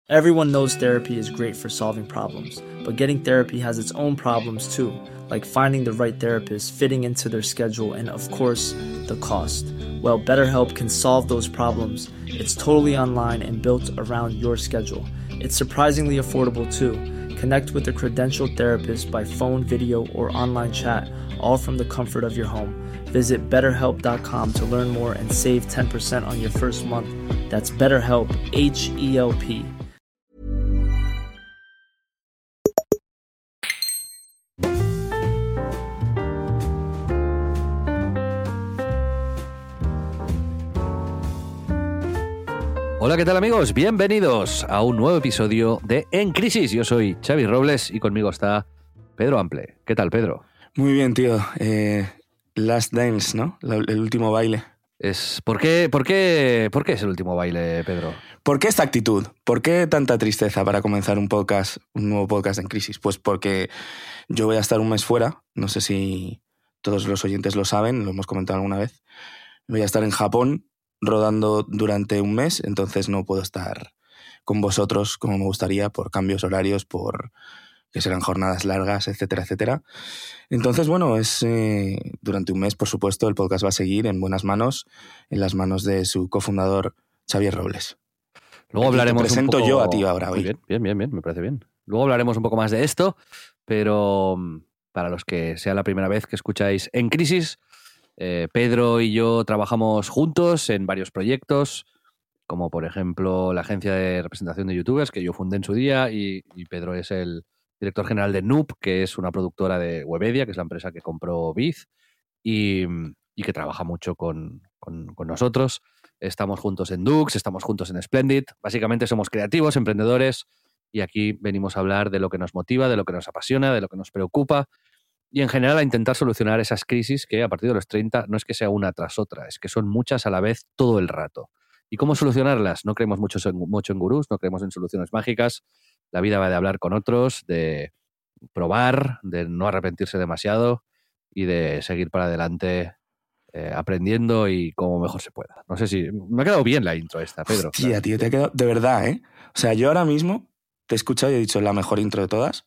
Everyone knows therapy is great for solving problems, but getting therapy has its own problems too, like finding the right therapist, fitting into their schedule, and of course, the cost. Well, BetterHelp can solve those problems. It's totally online and built around your schedule. It's surprisingly affordable too. Connect with a credentialed therapist by phone, video, or online chat, all from the comfort of your home. Visit BetterHelp.com to learn more and save 10% on your first month. That's BetterHelp, H-E-L-P. Hola, ¿qué tal amigos? Bienvenidos a un nuevo episodio de En Crisis. Yo soy Xavi Robles y conmigo está Pedro Ample. ¿Qué tal, Pedro? Muy bien, tío. Last Dance, ¿no? El último baile. ¿Por qué es el último baile, Pedro? ¿Por qué esta actitud? ¿Por qué tanta tristeza para comenzar un nuevo podcast En Crisis? Pues porque yo voy a estar un mes fuera. No sé si todos los oyentes lo saben, lo hemos comentado alguna vez. Voy a estar en Japón rodando durante un mes, entonces no puedo estar con vosotros como me gustaría por cambios horarios, por que serán jornadas largas, etcétera, etcétera. Entonces, bueno, durante un mes, por supuesto, el podcast va a seguir en buenas manos, en las manos de su cofundador, Xavier Robles. Luego hablaremos te presento un poco... yo a ti ahora hoy. Bien, me parece bien. Luego hablaremos un poco más de esto, pero para los que sea la primera vez que escucháis En Crisis, Pedro y yo trabajamos juntos en varios proyectos, como por ejemplo la agencia de representación de youtubers que yo fundé en su día, y Pedro es el director general de Noob, que es una productora de Webedia, que es la empresa que compró Biz, y que trabaja mucho con nosotros. Estamos juntos en Dux, estamos juntos en Splendid. Básicamente somos creativos, emprendedores, y aquí venimos a hablar de lo que nos motiva, de lo que nos apasiona, de lo que nos preocupa, y en general a intentar solucionar esas crisis que a partir de los 30 no es que sea una tras otra, es que son muchas a la vez todo el rato. ¿Y cómo solucionarlas? No creemos mucho en gurús, no creemos en soluciones mágicas. La vida va de hablar con otros, de probar, de no arrepentirse demasiado y de seguir para adelante aprendiendo y como mejor se pueda. No sé si... Me ha quedado bien la intro esta, Pedro. Hostia, tío, te ha quedado... De verdad, ¿eh? O sea, yo ahora mismo te he escuchado y he dicho la mejor intro de todas.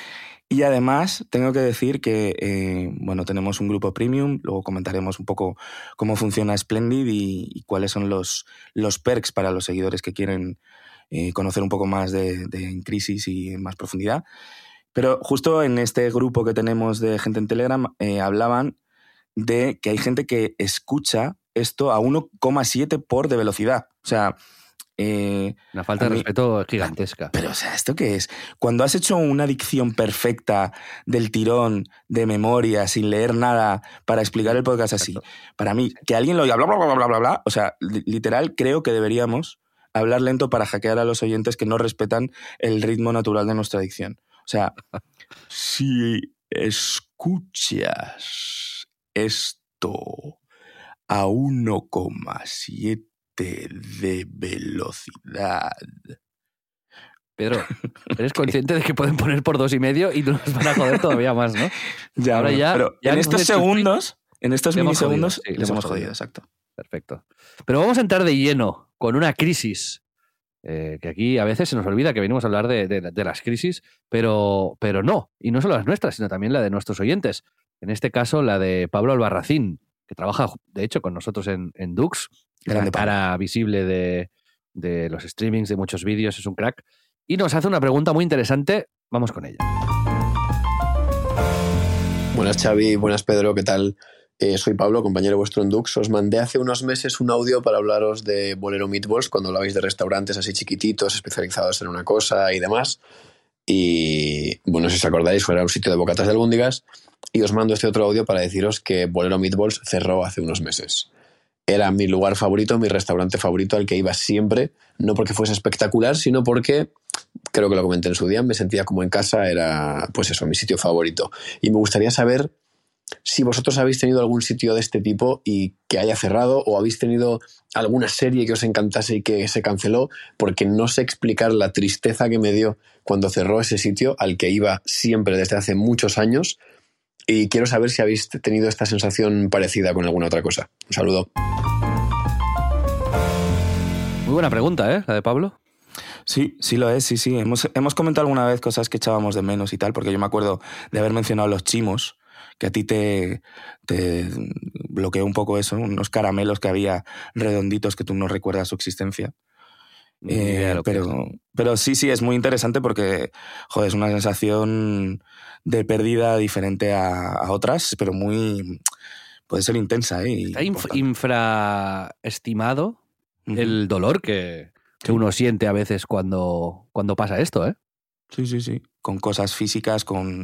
Y además tengo que decir que bueno, tenemos un grupo premium, luego comentaremos un poco cómo funciona Splendid y cuáles son los perks para los seguidores que quieren conocer un poco más de En Crisis y en más profundidad. Pero justo en este grupo que tenemos de gente en Telegram hablaban de que hay gente que escucha esto a 1,7 por de velocidad. O sea... una falta de respeto gigantesca. Pero, o sea, ¿esto qué es? Cuando has hecho una dicción perfecta del tirón, de memoria, sin leer nada, para explicar el podcast así, para mí, que alguien lo oiga bla, bla, bla, bla, bla, bla, o sea, literal, creo que deberíamos hablar lento para hackear a los oyentes que no respetan el ritmo natural de nuestra dicción. O sea, si escuchas esto a 1,7 de velocidad. Pedro, eres consciente de que pueden poner por 2,5 y nos van a joder todavía más, ¿no? Ya, ahora ya, pero ya en estos segundos, en estos minisegundos, sí, les hemos jodido, exacto. Perfecto. Pero vamos a entrar de lleno con una crisis, que aquí a veces se nos olvida que venimos a hablar de las crisis, pero no. Y no solo las nuestras, sino también la de nuestros oyentes. En este caso, la de Pablo Albarracín, que trabaja, de hecho, con nosotros en Dux. Es la cara visible de los streamings, de muchos vídeos, es un crack. Y nos hace una pregunta muy interesante. Vamos con ella. Buenas, Xavi. Buenas, Pedro. ¿Qué tal? Soy Pablo, compañero vuestro en Dux. Os mandé hace unos meses un audio para hablaros de Bolero Meatballs, cuando hablabais de restaurantes así chiquititos, especializados en una cosa y demás. Y, bueno, si os acordáis, era un sitio de bocatas de albóndigas. Y os mando este otro audio para deciros que Bolero Meatballs cerró hace unos meses. Era mi lugar favorito, mi restaurante favorito al que iba siempre, no porque fuese espectacular, sino porque, creo que lo comenté en su día, me sentía como en casa, era pues eso, mi sitio favorito. Y me gustaría saber si vosotros habéis tenido algún sitio de este tipo y que haya cerrado, o habéis tenido alguna serie que os encantase y que se canceló, porque no sé explicar la tristeza que me dio cuando cerró ese sitio al que iba siempre desde hace muchos años. Y quiero saber si habéis tenido esta sensación parecida con alguna otra cosa. Un saludo. Muy buena pregunta, ¿eh? La de Pablo. Sí, sí lo es, sí. Hemos comentado alguna vez cosas que echábamos de menos y tal, porque yo me acuerdo de haber mencionado los chimos, que a ti te bloqueó un poco eso, unos caramelos que había redonditos que tú no recuerdas su existencia. Ni idea de lo que es. Pero sí, es muy interesante porque, joder, es una sensación de pérdida diferente a otras, pero puede ser intensa, ¿eh? Está Importante. infraestimado Ujú. el dolor que Sí. uno siente a veces cuando pasa esto, ¿eh? Sí. Con cosas físicas,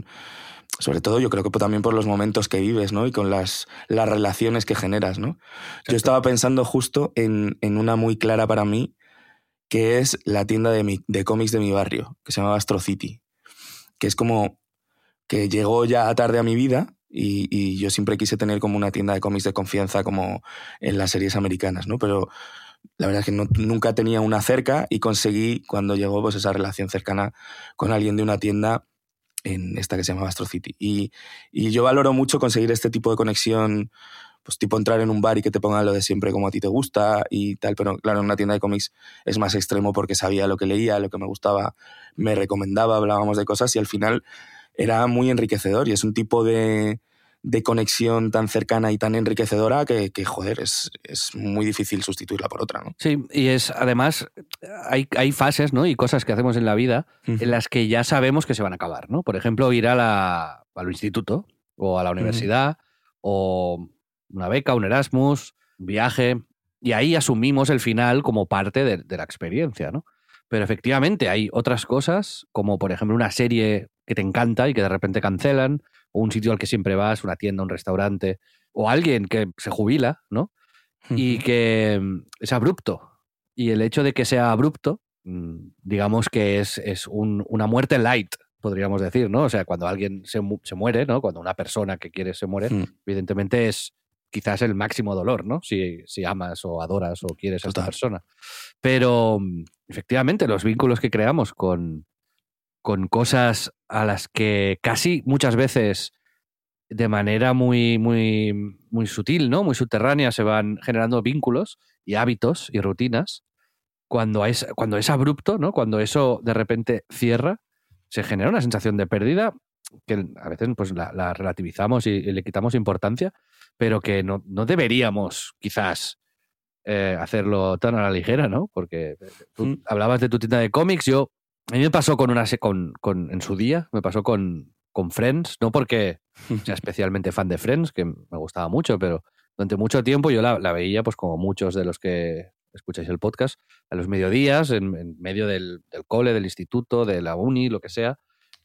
sobre todo yo creo que también por los momentos que vives, ¿no? Y con las relaciones que generas, ¿no? Yo estaba pensando justo en una muy clara para mí, que es la tienda de cómics de mi barrio, que se llama Astro City, que es como que llegó ya tarde a mi vida y yo siempre quise tener como una tienda de cómics de confianza como en las series americanas, ¿no? Pero la verdad es que nunca tenía una cerca y conseguí cuando llegó pues esa relación cercana con alguien de una tienda en esta que se llama Astro City. Y yo valoro mucho conseguir este tipo de conexión, pues tipo entrar en un bar y que te pongan lo de siempre como a ti te gusta y tal, pero claro, en una tienda de cómics es más extremo porque sabía lo que leía, lo que me gustaba, me recomendaba, hablábamos de cosas y al final era muy enriquecedor y es un tipo de conexión tan cercana y tan enriquecedora que joder, es muy difícil sustituirla por otra, ¿no? Sí, y además, hay fases, ¿no? Y cosas que hacemos en la vida en las que ya sabemos que se van a acabar, ¿no? Por ejemplo, ir al instituto o a la universidad o una beca, un Erasmus, un viaje, y ahí asumimos el final como parte de la experiencia, ¿no? Pero efectivamente hay otras cosas, como por ejemplo una serie que te encanta y que de repente cancelan, o un sitio al que siempre vas, una tienda, un restaurante, o alguien que se jubila, ¿no? Y que es abrupto. Y el hecho de que sea abrupto, digamos que es una muerte light, podríamos decir, ¿no? O sea, cuando alguien se muere, ¿no? Cuando una persona que quieres se muere, evidentemente es quizás el máximo dolor, ¿no? Si amas o adoras o quieres a esta persona. Pero efectivamente los vínculos que creamos con cosas a las que casi muchas veces de manera muy sutil, ¿no? Muy subterránea se van generando vínculos y hábitos y rutinas. Cuando es abrupto, ¿no? Cuando eso de repente cierra, se genera una sensación de pérdida que a veces pues la relativizamos y le quitamos importancia, pero que no deberíamos quizás hacerlo tan a la ligera, ¿no? Porque tú hablabas de tu tienda de cómics, a mí me pasó en su día, me pasó con Friends, no porque sea especialmente fan de Friends, que me gustaba mucho, pero durante mucho tiempo yo la veía, pues como muchos de los que escucháis el podcast, a los mediodías, en medio del cole, del instituto, de la uni, lo que sea,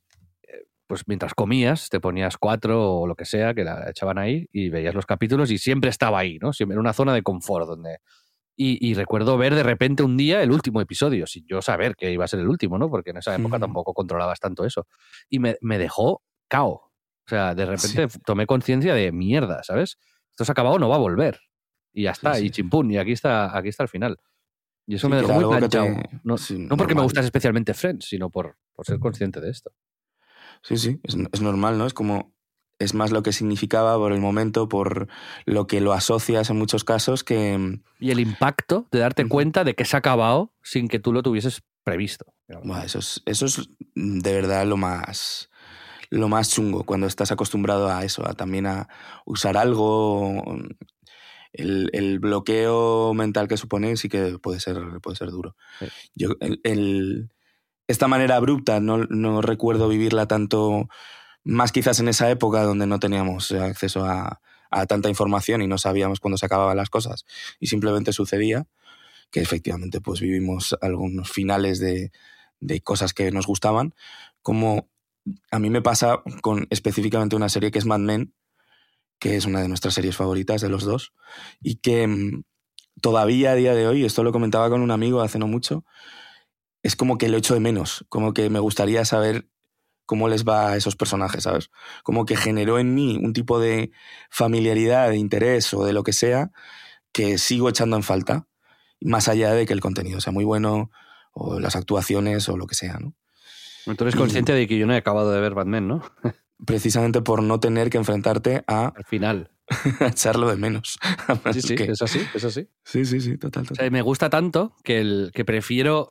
pues mientras comías te ponías 4 o lo que sea, que la echaban ahí y veías los capítulos y siempre estaba ahí, ¿no? Siempre en una zona de confort donde... Y recuerdo ver de repente un día el último episodio, sin yo saber que iba a ser el último, ¿no? Porque en esa época tampoco controlabas tanto eso. Y me dejó cao. O sea, de repente tomé conciencia de mierda, ¿sabes? Esto se ha acabado, no va a volver. Y ya está, y chimpún, y aquí está el final. Y eso me dejó muy planchado. No porque me gustase especialmente Friends, sino por ser consciente de esto. Sí, es normal, ¿no? Es como... Es más lo que significaba por el momento, por lo que lo asocias en muchos casos que... Y el impacto de darte cuenta de que se ha acabado sin que tú lo tuvieses previsto. Bueno, eso es de verdad lo más chungo, cuando estás acostumbrado a eso, también a usar algo. El bloqueo mental que supone sí que puede ser duro. Sí. Yo, esta manera abrupta no recuerdo vivirla tanto... Más quizás en esa época donde no teníamos acceso a tanta información y no sabíamos cuándo se acababan las cosas y simplemente sucedía, que efectivamente pues vivimos algunos finales de cosas que nos gustaban, como a mí me pasa con específicamente una serie que es Mad Men, que es una de nuestras series favoritas de los dos, y que todavía a día de hoy, esto lo comentaba con un amigo hace no mucho, es como que lo echo de menos, como que me gustaría saber cómo les va a esos personajes, ¿sabes? Como que generó en mí un tipo de familiaridad, de interés o de lo que sea que sigo echando en falta, más allá de que el contenido sea muy bueno o las actuaciones o lo que sea, ¿no? Tú eres consciente de que yo no he acabado de ver Batman, ¿no? Precisamente por no tener que enfrentarte al final. A echarlo de menos. Sí, es así. Sí, total. O sea, me gusta tanto que prefiero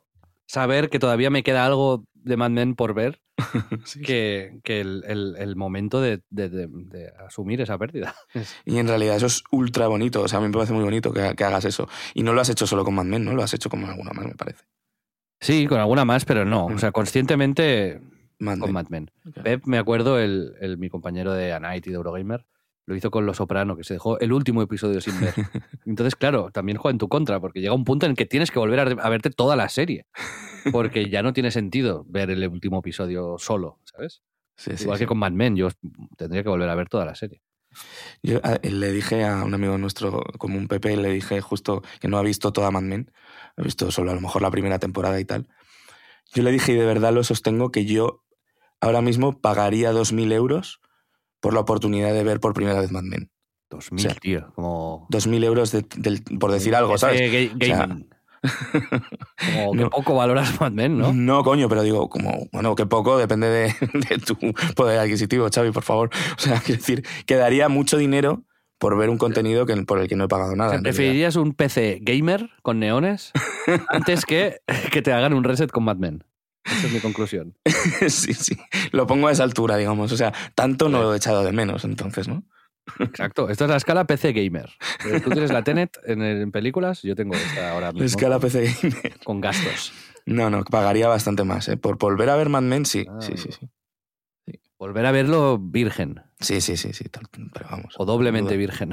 saber que todavía me queda algo de Mad Men por ver Sí. que el momento de asumir esa pérdida. Y en realidad eso es ultra bonito. O sea, a mí me parece muy bonito que hagas eso. Y no lo has hecho solo con Mad Men, ¿no? Lo has hecho con alguna más, me parece. Sí, con alguna más, pero no. O sea, conscientemente Mad con Men. Mad Men. Ok. Pep, me acuerdo, mi compañero de A Night y de Eurogamer, lo hizo con Los Soprano, que se dejó el último episodio sin ver. Entonces, claro, también juega en tu contra, porque llega un punto en el que tienes que volver a verte toda la serie. Porque ya no tiene sentido ver el último episodio solo, ¿sabes? Sí, sí, Igual sí. que con Mad Men, yo tendría que volver a ver toda la serie. Yo le dije a un amigo nuestro, como un Pepe, le dije justo que no ha visto toda Mad Men, ha visto solo a lo mejor la primera temporada y tal. Yo le dije, y de verdad lo sostengo, que yo ahora mismo pagaría 2.000 euros por la oportunidad de ver por primera vez Mad Men. 2000, O sea, tío. Como 2.000 euros por decir algo, ¿sabes? Gaming. Como que no, poco valoras Mad Men, ¿no? No, coño, pero digo, como, bueno, que poco, depende de tu poder adquisitivo, Xavi, por favor. O sea, quiero decir, que daría mucho dinero por ver un contenido por el que no he pagado nada. O sea, en realidad. ¿preferirías un PC gamer con neones antes que te hagan un reset con Mad Men? Esa es mi conclusión. Sí, sí. Lo pongo a esa altura, digamos. O sea, tanto no lo he echado de menos, entonces, ¿no? Exacto. Esta es la escala PC gamer. Tú tienes la Tenet en películas, yo tengo esta ahora mismo. La escala PC Gamer. Con gastos. No, pagaría bastante más, ¿eh? Por volver a ver Mad Men, sí. Ah, Sí. Volver a verlo virgen. Sí, pero vamos. O doblemente duda. virgen.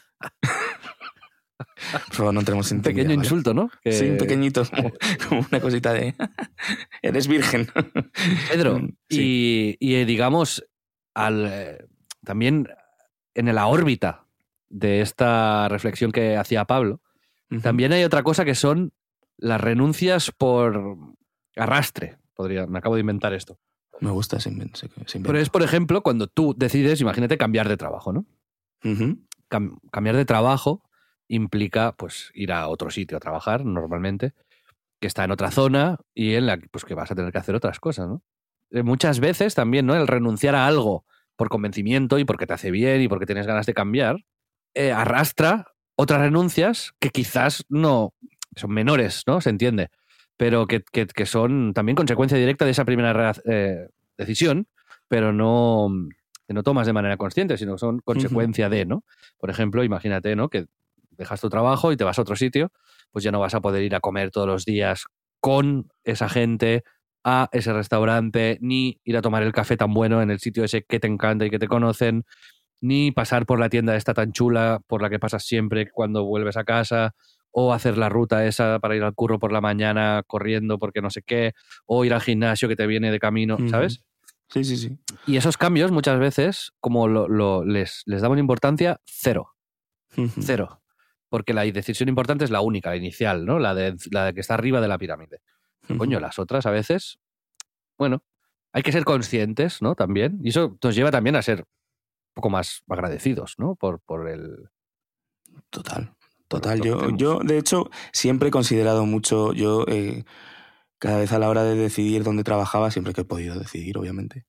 Por favor, no entremos en Un pequeño intimidad, ¿vale? insulto, ¿no? Que... Sí, un pequeñito, como una cosita de... Eres virgen. Pedro, Sí. y digamos, también en la órbita de esta reflexión que hacía Pablo, Ujú. también hay otra cosa que son las renuncias por arrastre. Me acabo de inventar esto. Me gusta sin Pero es, por ejemplo, cuando tú decides, imagínate, cambiar de trabajo, ¿no? Ujú. Cambiar de trabajo implica, pues, ir a otro sitio a trabajar, normalmente, que está en otra zona y en la pues, que vas a tener que hacer otras cosas, ¿no? Muchas veces también, ¿no? El renunciar a algo por convencimiento y porque te hace bien y porque tienes ganas de cambiar, arrastra otras renuncias que quizás no son menores, ¿no? Se entiende, pero que son también consecuencia directa de esa primera decisión, pero que no tomas de manera consciente, sino que son consecuencia de, ¿no? Por ejemplo, imagínate, ¿no? Que dejas tu trabajo y te vas a otro sitio, pues ya no vas a poder ir a comer todos los días con esa gente a ese restaurante, ni ir a tomar el café tan bueno en el sitio ese que te encanta y que te conocen, ni pasar por la tienda esta tan chula por la que pasas siempre cuando vuelves a casa, o hacer la ruta esa para ir al curro por la mañana corriendo porque no sé qué, o ir al gimnasio que te viene de camino, ¿sabes? Sí. Y esos cambios muchas veces, como les damos importancia, cero. Cero. Porque la decisión importante es la única, la inicial, ¿no? La de que está arriba de la pirámide. Coño, las otras a veces, bueno, hay que ser conscientes, ¿no? También. Y eso nos lleva también a ser un poco más agradecidos, ¿no? Por el... Total. lo que tenemos. Yo, de hecho, siempre he considerado mucho, cada vez a la hora de decidir dónde trabajaba, siempre que he podido decidir, obviamente,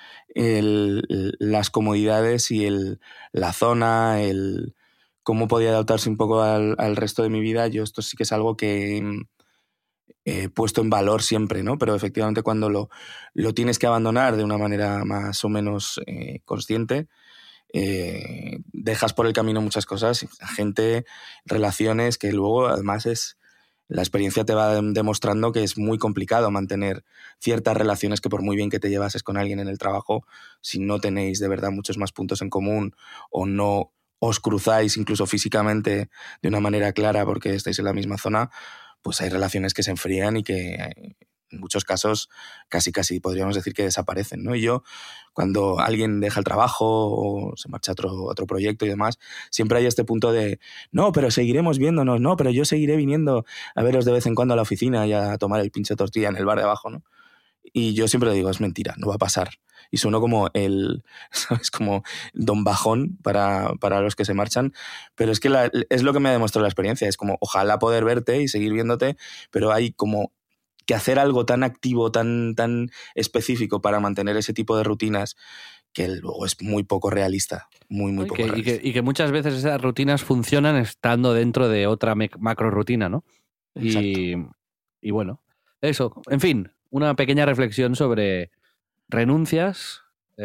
las comodidades y la zona, cómo podía adaptarse un poco al resto de mi vida. Yo esto sí que es algo que he puesto en valor siempre, ¿no? Pero efectivamente cuando lo tienes que abandonar de una manera más o menos consciente, dejas por el camino muchas cosas, gente, relaciones, que luego además la experiencia te va demostrando que es muy complicado mantener ciertas relaciones que por muy bien que te llevases con alguien en el trabajo, si no tenéis de verdad muchos más puntos en común o no os cruzáis incluso físicamente de una manera clara porque estáis en la misma zona, pues hay relaciones que se enfrían y que en muchos casos casi podríamos decir que desaparecen, ¿no? Y yo, cuando alguien deja el trabajo o se marcha a otro proyecto y demás, siempre hay este punto de no, pero seguiremos viéndonos, no, pero yo seguiré viniendo a veros de vez en cuando a la oficina y a tomar el pinche tortilla en el bar de abajo, ¿no? Y yo siempre digo, es mentira, no va a pasar. Y sueno como ¿sabes? Como don bajón para los que se marchan, pero es que es lo que me ha demostrado la experiencia, es como ojalá poder verte y seguir viéndote, pero hay como que hacer algo tan activo, tan específico para mantener ese tipo de rutinas que luego es muy poco realista, muy poco realista. Y que muchas veces esas rutinas funcionan estando dentro de otra macro rutina, ¿no? Y bueno, Eso, en fin, una pequeña reflexión sobre renuncias,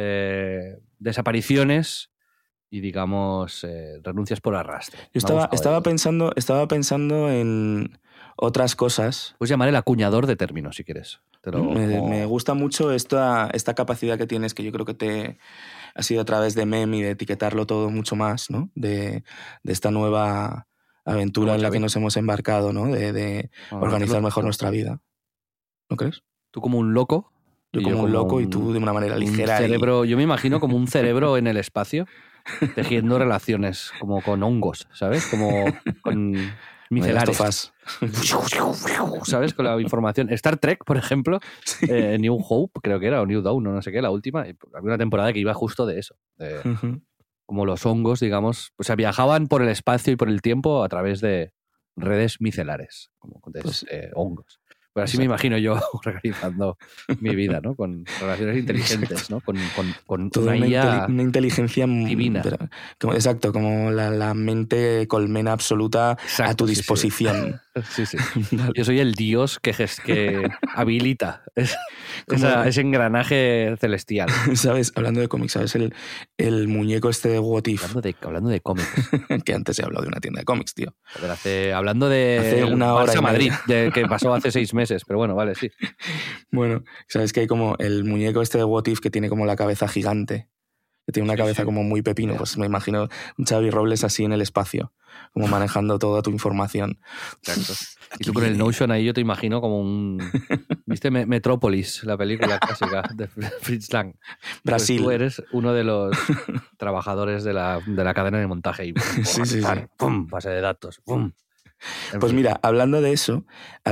desapariciones y, digamos, renuncias por arrastre. Yo estaba pensando en otras cosas. Puedes llamar el acuñador de términos, si quieres. Me gusta mucho esta capacidad que tienes, que yo creo que ha sido a través de meme y de etiquetarlo todo mucho más, ¿no? De esta nueva aventura en la que nos hemos embarcado, ¿no? De organizar mejor nuestra vida. ¿No crees? Tú como un loco. Yo como un loco y tú de una manera ligera. Cerebro, yo me imagino como un cerebro en el espacio, tejiendo relaciones, como con hongos, ¿sabes? Como con micelares. ¿Sabes? Con la información. Star Trek, por ejemplo, Sí. New Hope, creo que era, o New Dawn, no sé qué, la última. Había una temporada que iba justo de eso. Como los hongos, digamos. O sea, viajaban por el espacio y por el tiempo a través de redes micelares, como de hongos. Pero así me imagino yo organizando mi vida, ¿no? Con relaciones inteligentes, ¿no? Con toda una IA una inteligencia divina. Exacto, como la mente colmena absoluta Exacto, a tu disposición. Sí. Yo soy el dios que habilita ese engranaje celestial. ¿Sabes? Hablando de cómics, ¿sabes? El muñeco este de What If. Hablando de cómics. Que antes he hablado de una tienda de cómics, tío. Hablando de hace una hora Barça Madrid, que pasó hace 6 meses, pero bueno, vale, sí. Bueno, ¿sabes que hay como el muñeco este de What If que tiene como la cabeza gigante? Que tiene una cabeza como muy pepino. Pues me imagino un Xavi Robles así en el espacio, como manejando toda tu información. Exacto. Y tú con el Notion ahí yo te imagino como un... ¿Viste Metrópolis, la película clásica de Fritz Lang? Brasil. Pues tú eres uno de los trabajadores de la cadena de montaje. Y, sí. ¡Pum! Base de datos. ¡Pum! Pues mira, hablando de eso,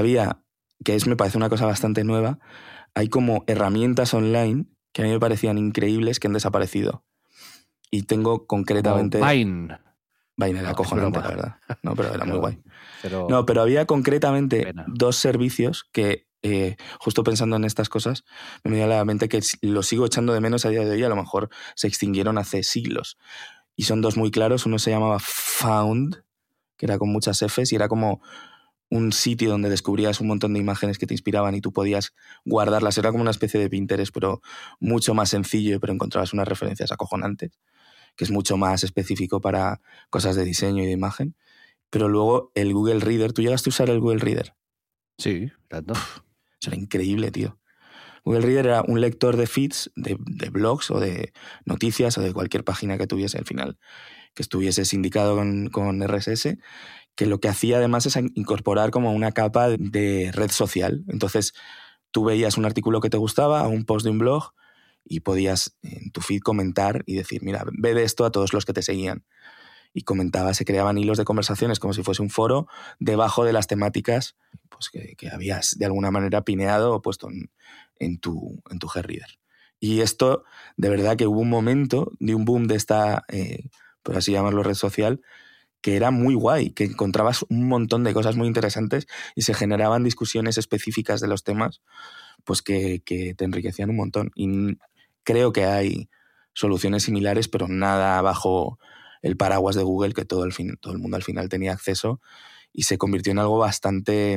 me parece una cosa bastante nueva, hay como herramientas online que a mí me parecían increíbles que han desaparecido. Y tengo concretamente... Como Vine. Vine era acojonante, la verdad. No, pero era muy guay. Pero había concretamente 2 servicios que, justo pensando en estas cosas, me venía a la mente que los sigo echando de menos a día de hoy, a lo mejor se extinguieron hace siglos. Y son 2 muy claros. Uno se llamaba Found, que era con muchas Fs, y era como un sitio donde descubrías un montón de imágenes que te inspiraban y tú podías guardarlas. Era como una especie de Pinterest, pero mucho más sencillo, pero encontrabas unas referencias acojonantes, que es mucho más específico para cosas de diseño y de imagen. Pero luego el Google Reader, ¿tú llegaste a usar el Google Reader? Sí, tanto. Eso era increíble, tío. Google Reader era un lector de feeds, de blogs o de noticias o de cualquier página que tuviese al final, que estuviese sindicado con RSS, que lo que hacía además es incorporar como una capa de red social. Entonces tú veías un artículo que te gustaba, un post de un blog, y podías en tu feed comentar y decir, mira, ve de esto a todos los que te seguían. Y comentaba, se creaban hilos de conversaciones como si fuese un foro debajo de las temáticas pues, que habías de alguna manera pineado o puesto en tu Greader. Y esto, de verdad que hubo un momento de un boom de esta, por así llamarlo, red social, que era muy guay, que encontrabas un montón de cosas muy interesantes y se generaban discusiones específicas de los temas pues que te enriquecían un montón. Y creo que hay soluciones similares, pero nada bajo el paraguas de Google, que todo el mundo al final tenía acceso y se convirtió en algo bastante,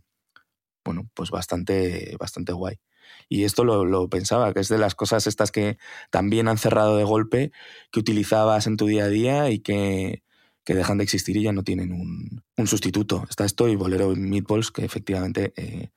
bueno, pues bastante guay. Y esto lo pensaba, que es de las cosas estas que también han cerrado de golpe, que utilizabas en tu día a día y que dejan de existir y ya no tienen un sustituto. Está esto y Bolero Meatballs, que efectivamente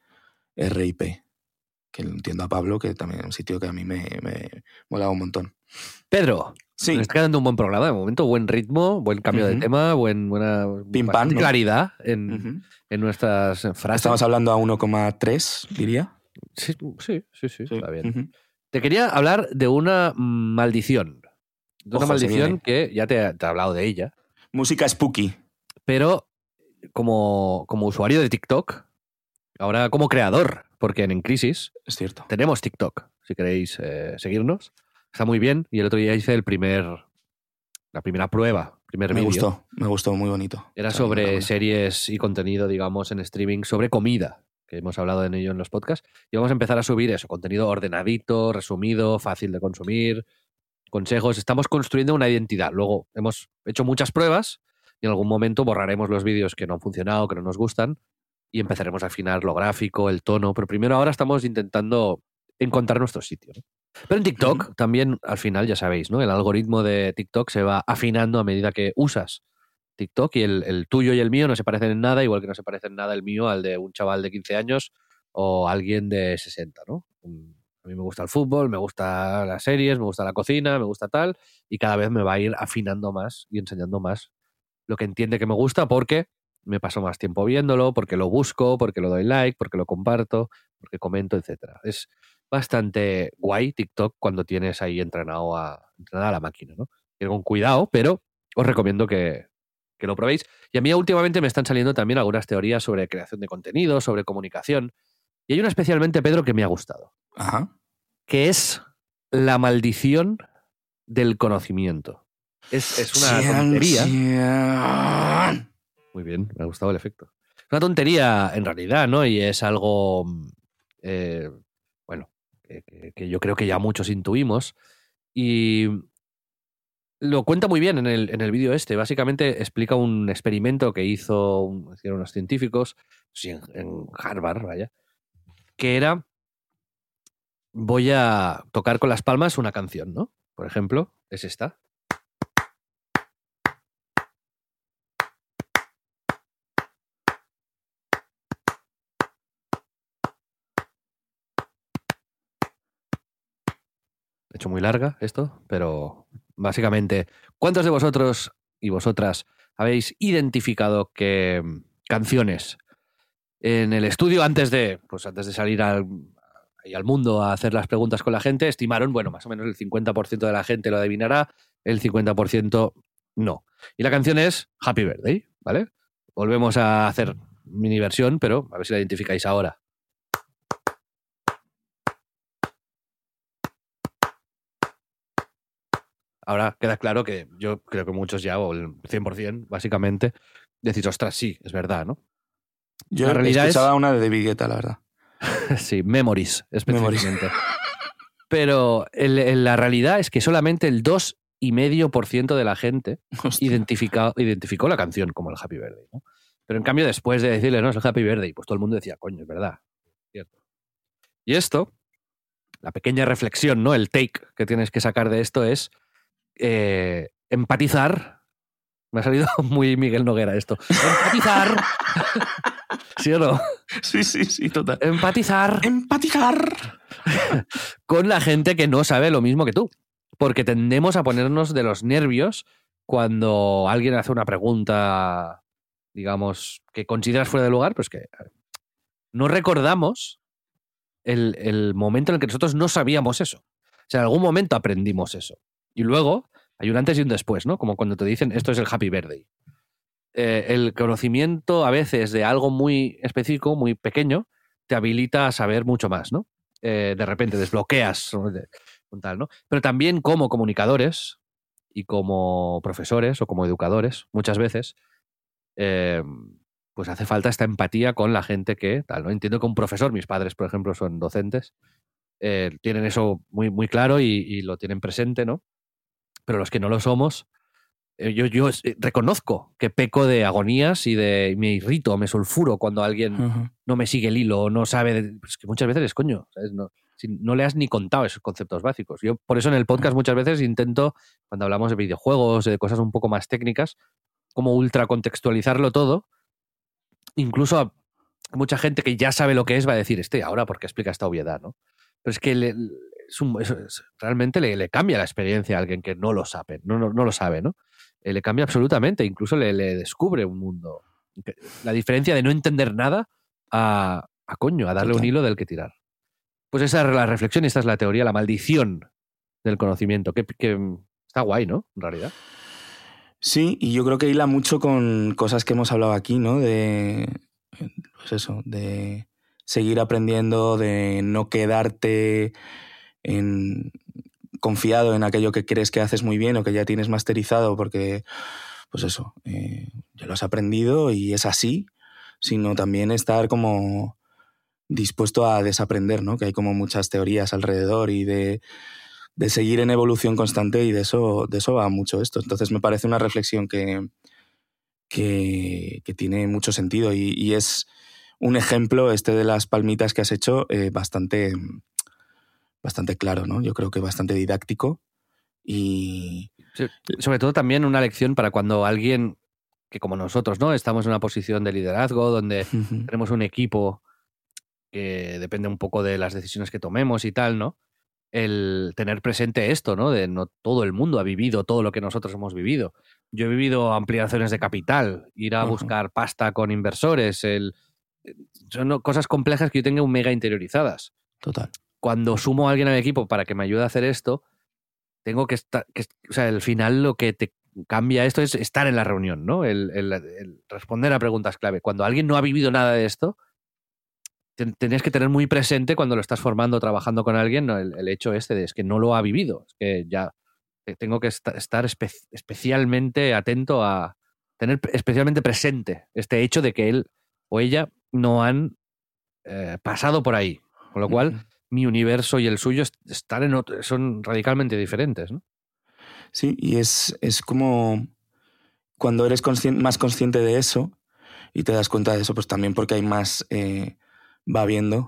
RIP, que entiendo a Pablo, que también es un sitio que a mí me molaba un montón. Pedro, sí. Nos está quedando un buen programa de momento, buen ritmo, buen cambio de tema, buena claridad en nuestras frases. Estamos hablando a 1,3, diría. Sí, está bien. Te quería hablar de una maldición. De una maldición que ya te he hablado de ella. Música spooky. Pero como usuario de TikTok, ahora como creador, porque en Crisis es cierto. Tenemos TikTok, si queréis seguirnos. Está muy bien. Y el otro día hice la primera prueba, primer vídeo. Me gustó, muy bonito. Era sobre series y contenido, digamos, en streaming, sobre comida, que hemos hablado de ello en los podcasts. Y vamos a empezar a subir eso, contenido ordenadito, resumido, fácil de consumir, consejos. Estamos construyendo una identidad. Luego hemos hecho muchas pruebas y en algún momento borraremos los vídeos que no han funcionado, que no nos gustan, y empezaremos a afinar lo gráfico, el tono, pero primero ahora estamos intentando encontrar nuestro sitio, ¿no? Pero en TikTok también, al final, ya sabéis, ¿no? El algoritmo de TikTok se va afinando a medida que usas TikTok, y el tuyo y el mío no se parecen en nada, igual que no se parece en nada el mío al de un chaval de 15 años o alguien de 60, ¿no? A mí me gusta el fútbol, me gustan las series, me gusta la cocina, me gusta tal, y cada vez me va a ir afinando más y enseñando más lo que entiende que me gusta, porque me paso más tiempo viéndolo, porque lo busco, porque lo doy like, porque lo comparto, porque comento, etcétera. Es bastante guay TikTok cuando tienes ahí entrenada a la máquina, ¿no? Ir con cuidado, pero os recomiendo que lo probéis. Y a mí últimamente me están saliendo también algunas teorías sobre creación de contenido, sobre comunicación. Y hay una especialmente, Pedro, que me ha gustado. Ajá. Que es la maldición del conocimiento. Es una tontería. Muy bien, me ha gustado el efecto. Es una tontería en realidad, ¿no? Y es algo, bueno, que yo creo que ya muchos intuimos. Y lo cuenta muy bien en el vídeo este. Básicamente explica un experimento que hicieron unos científicos, sí, en Harvard, vaya, que era: voy a tocar con las palmas una canción, ¿no? Por ejemplo, es esta. He hecho muy larga esto, pero básicamente, ¿cuántos de vosotros y vosotras habéis identificado que canciones en el estudio, antes de salir al mundo a hacer las preguntas con la gente, estimaron, bueno, más o menos el 50% de la gente lo adivinará, el 50% no? Y la canción es Happy Birthday, ¿vale? Volvemos a hacer mini versión, pero a ver si la identificáis ahora. Ahora queda claro que yo creo que muchos ya, o el 100%, básicamente, decís, ostras, sí, es verdad, ¿no? Yo La realidad escuchaba una de David Guetta, la verdad. Sí, Memories, específicamente. Pero la realidad es que solamente el 2,5% de la gente identificó la canción como el Happy Birthday, ¿no? Pero en cambio, después de decirle, no, es el Happy Birthday, pues todo el mundo decía, coño, es verdad. Cierto. Y esto, la pequeña reflexión, ¿no? El take que tienes que sacar de esto es empatizar. Me ha salido muy Miguel Noguera esto. Empatizar. ¿Sí o no? Sí, total. Empatizar con la gente que no sabe lo mismo que tú. Porque tendemos a ponernos de los nervios cuando alguien hace una pregunta, digamos, que consideras fuera de lugar, pues que no recordamos el momento en el que nosotros no sabíamos eso. O sea, en algún momento aprendimos eso. Y luego hay un antes y un después, ¿no? Como cuando te dicen, esto es el Happy Birthday. El conocimiento a veces de algo muy específico, muy pequeño, te habilita a saber mucho más, ¿no? De repente desbloqueas tal, ¿no? Pero también como comunicadores y como profesores o como educadores, muchas veces, pues hace falta esta empatía con la gente que tal, ¿no? Entiendo que un profesor, mis padres, por ejemplo, son docentes, tienen eso muy, muy claro y lo tienen presente, ¿no? Pero los que no lo somos, yo reconozco que peco de agonías y me irrito, me sulfuro cuando alguien no me sigue el hilo o no sabe. Pues que muchas veces es coño, ¿sabes? No le has ni contado esos conceptos básicos. Yo por eso en el podcast muchas veces intento, cuando hablamos de videojuegos, de cosas un poco más técnicas, como ultra contextualizarlo todo. Incluso a mucha gente que ya sabe lo que es va a decir, ahora ¿por qué explica esta obviedad, ¿no? Pero es que realmente le cambia la experiencia a alguien que no lo sabe, no lo sabe, ¿no? Le cambia absolutamente, incluso le descubre un mundo. La diferencia de no entender nada a darle un hilo del que tirar. Pues esa es la reflexión y esta es la teoría, la maldición del conocimiento, que está guay, ¿no? En realidad. Sí, y yo creo que hila mucho con cosas que hemos hablado aquí, ¿no? Pues eso, de seguir aprendiendo, de no quedarte confiado en aquello que crees que haces muy bien o que ya tienes masterizado porque, pues eso, ya lo has aprendido y es así, sino también estar como dispuesto a desaprender, ¿no? Que hay como muchas teorías alrededor y de seguir en evolución constante, y de eso va mucho esto. Entonces me parece una reflexión que tiene mucho sentido y es un ejemplo de las palmitas que has hecho bastante claro, ¿no? Yo creo que bastante didáctico y... Sí, sobre todo también una lección para cuando alguien que como nosotros, ¿no? Estamos en una posición de liderazgo donde tenemos un equipo que depende un poco de las decisiones que tomemos y tal, ¿no? El tener presente esto, ¿no? De no todo el mundo ha vivido todo lo que nosotros hemos vivido. Yo he vivido ampliaciones de capital, ir a buscar pasta con inversores, son cosas complejas que yo tengo mega interiorizadas. Total. Cuando sumo a alguien al equipo para que me ayude a hacer esto, tengo que estar, o sea, al final lo que te cambia esto es estar en la reunión, ¿no? El responder a preguntas clave. Cuando alguien no ha vivido nada de esto, tenías que tener muy presente cuando lo estás formando, trabajando con alguien, ¿no? El hecho de es que no lo ha vivido. Es que ya tengo que estar especialmente atento a tener especialmente presente este hecho de que él o ella no han pasado por ahí. Con lo cual, mi universo y el suyo son radicalmente diferentes, ¿no? Sí, y es como cuando eres más consciente de eso y te das cuenta de eso, pues también porque hay más, va habiendo,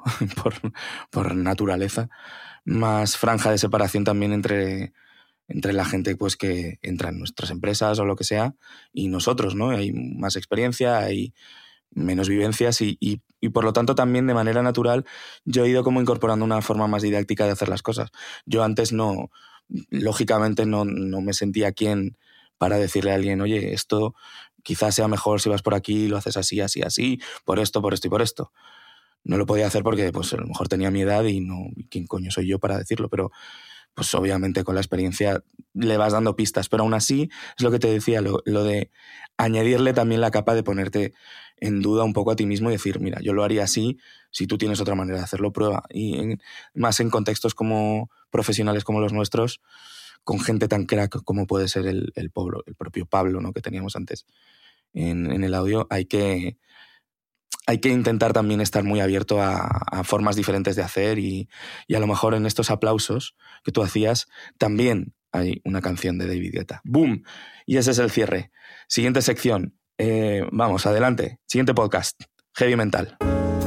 por naturaleza, más franja de separación también entre la gente pues que entra en nuestras empresas o lo que sea y nosotros, ¿no? Hay más experiencia, hay menos vivencias y por lo tanto también de manera natural yo he ido como incorporando una forma más didáctica de hacer las cosas. Yo antes lógicamente no me sentía quien para decirle a alguien, oye, esto quizás sea mejor si vas por aquí y lo haces así, así, así, por esto y por esto. No lo podía hacer porque pues a lo mejor tenía mi edad y no, ¿quién coño soy yo para decirlo? Pero pues obviamente con la experiencia le vas dando pistas, pero aún así es lo que te decía, lo de añadirle también la capa de ponerte en duda un poco a ti mismo y decir, mira, yo lo haría así, si tú tienes otra manera de hacerlo, prueba. Y más en contextos como profesionales como los nuestros, con gente tan crack como puede ser el propio Pablo, ¿no? Que teníamos antes en el audio, hay que intentar también estar muy abierto a formas diferentes de hacer y a lo mejor en estos aplausos que tú hacías también hay una canción de David Guetta. ¡Boom! Y ese es el cierre. Siguiente sección. Vamos, adelante. Siguiente podcast. Heavy Mental.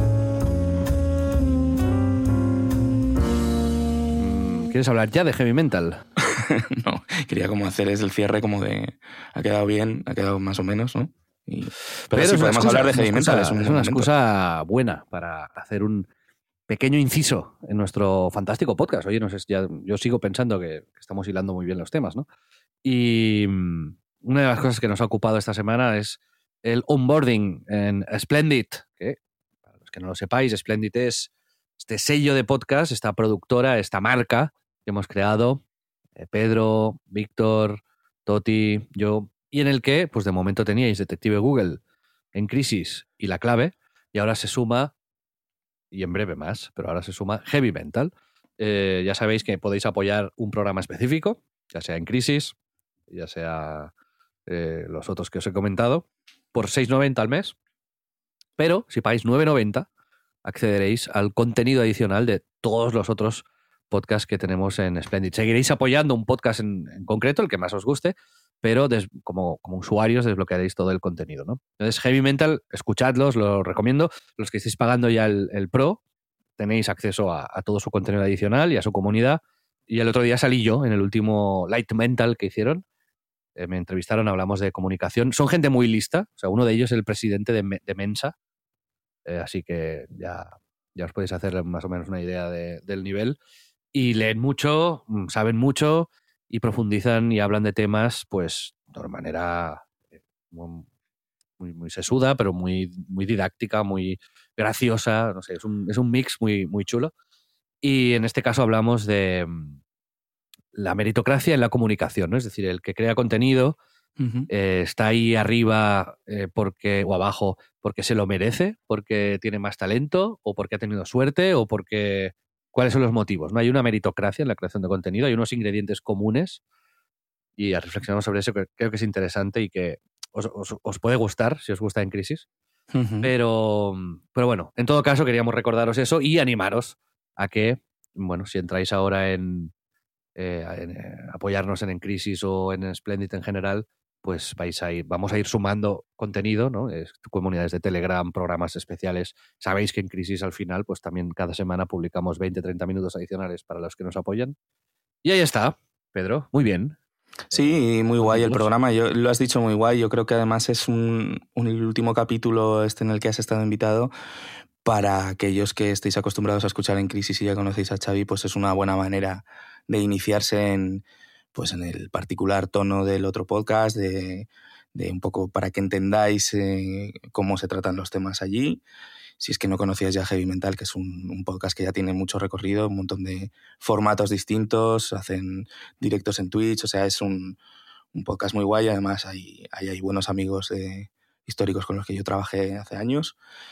¿Quieres hablar ya de Heavy Mental? No, quería como hacer el cierre como de... Ha quedado bien, ha quedado más o menos, ¿no? Pero sí, podemos hablar de Heavy Mental. Es una excusa buena para hacer un pequeño inciso en nuestro fantástico podcast. Oye, no sé, yo sigo pensando que estamos hilando muy bien los temas, ¿no? Y una de las cosas que nos ha ocupado esta semana es el onboarding en Splendid, que para los que no lo sepáis, Splendid es este sello de podcast, esta productora, esta marca que hemos creado, Pedro, Víctor, Toti, yo, y en el que, pues de momento teníais Detective Google, En Crisis y La Clave, y ahora se suma, y en breve más, pero ahora se suma Heavy Mental. Ya sabéis que podéis apoyar un programa específico, ya sea En Crisis, ya sea los otros que os he comentado, por 6,90 al mes, pero si pagáis 9,90 accederéis al contenido adicional de todos los otros podcasts que tenemos en Splendid. Seguiréis apoyando un podcast en concreto, el que más os guste, pero como usuarios desbloquearéis todo el contenido, ¿no? Entonces, Heavy Mental, escuchadlos, lo recomiendo. Los que estéis pagando ya el Pro, tenéis acceso a todo su contenido adicional y a su comunidad. Y el otro día salí yo en el último Light Mental que hicieron. Me entrevistaron, hablamos de comunicación. Son gente muy lista. O sea, uno de ellos es el presidente de Mensa. Así que ya os podéis hacer más o menos una idea del nivel. Y leen mucho, saben mucho y profundizan y hablan de temas pues de una manera muy, muy, muy sesuda, pero muy, muy didáctica, muy graciosa. No sé, es un mix muy, muy chulo. Y en este caso hablamos de la meritocracia en la comunicación, ¿no? Es decir, el que crea contenido está ahí arriba o abajo porque se lo merece, porque tiene más talento o porque ha tenido suerte o porque... ¿Cuáles son los motivos? ¿No? Hay una meritocracia en la creación de contenido, hay unos ingredientes comunes y reflexionamos sobre eso que creo que es interesante y que os puede gustar si os gusta En Crisis. Pero bueno, en todo caso queríamos recordaros eso y animaros a que, bueno, si entráis ahora en apoyarnos en Crisis o en Splendid en general, pues vamos a ir sumando contenido, ¿no? Comunidades de Telegram, programas especiales. Sabéis que en Crisis al final, pues también cada semana publicamos 20-30 minutos adicionales para los que nos apoyan. Y ahí está, Pedro, muy bien. Sí, muy guay el programa, lo has dicho muy guay. Yo creo que además es el último capítulo en el que has estado invitado. Para aquellos que estéis acostumbrados a escuchar en Crisis y ya conocéis a Xavi, pues es una buena manera de iniciarse en el particular tono del otro podcast, de un poco para que entendáis cómo se tratan los temas allí. Si es que no conocíais ya Heavy Mental, que es un podcast que ya tiene mucho recorrido, un montón de formatos distintos, hacen directos en Twitch, o sea, es un podcast muy guay. Además hay buenos amigos históricos con los que yo trabajé hace años.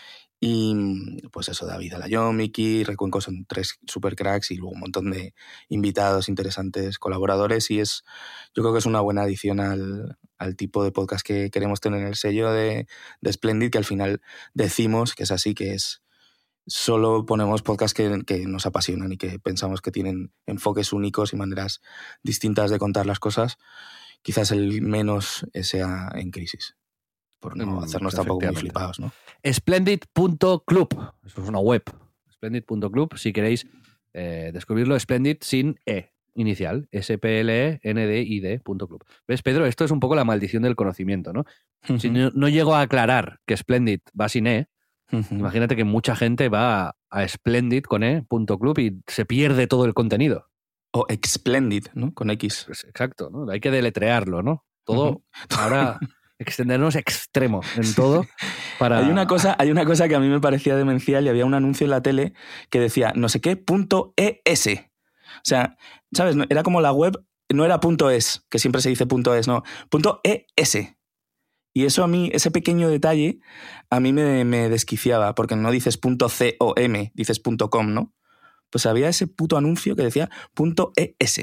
Y pues eso, David Alayón, Miki, Recuenco son 3 super cracks y luego un montón de invitados interesantes, colaboradores, y yo creo que es una buena adición al tipo de podcast que queremos tener en el sello de Splendid, que al final decimos que es así, que es solo ponemos podcasts que nos apasionan y que pensamos que tienen enfoques únicos y maneras distintas de contar las cosas. Quizás el menos sea en Crisis, por no hacernos tampoco muy flipados, ¿no? Splendid.club, eso es una web. Splendid.club, si queréis descubrirlo, Splendid sin E inicial, SPLENDID.club. ¿Ves, Pedro? Esto es un poco la maldición del conocimiento, ¿no? Uh-huh. Si no llego a aclarar que Splendid va sin E, imagínate que mucha gente va a Splendid con E.club y se pierde todo el contenido. O Splendid, ¿no? Con X. Pues exacto, ¿no? Hay que deletrearlo, ¿no? Todo ahora... extendernos extremo en todo para... Hay una cosa que a mí me parecía demencial y había un anuncio en la tele que decía no sé qué .es. O sea, ¿sabes? Era como la web, no era .es, que siempre se dice .es, no, .es. Y eso a mí, ese pequeño detalle, a mí me desquiciaba, porque no dices .com, dices .com, ¿no? Pues había ese puto anuncio que decía .es.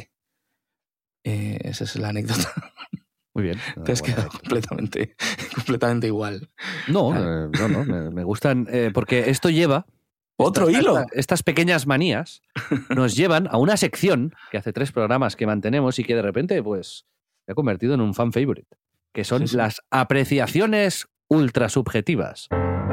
Esa es la anécdota. Muy bien. Te has quedado completamente igual. No, me gustan, porque esto lleva... ¡Otro hilo! Estas pequeñas manías nos llevan a una sección que hace 3 programas que mantenemos y que de repente pues se ha convertido en un fan favorite, que son las apreciaciones ultra subjetivas.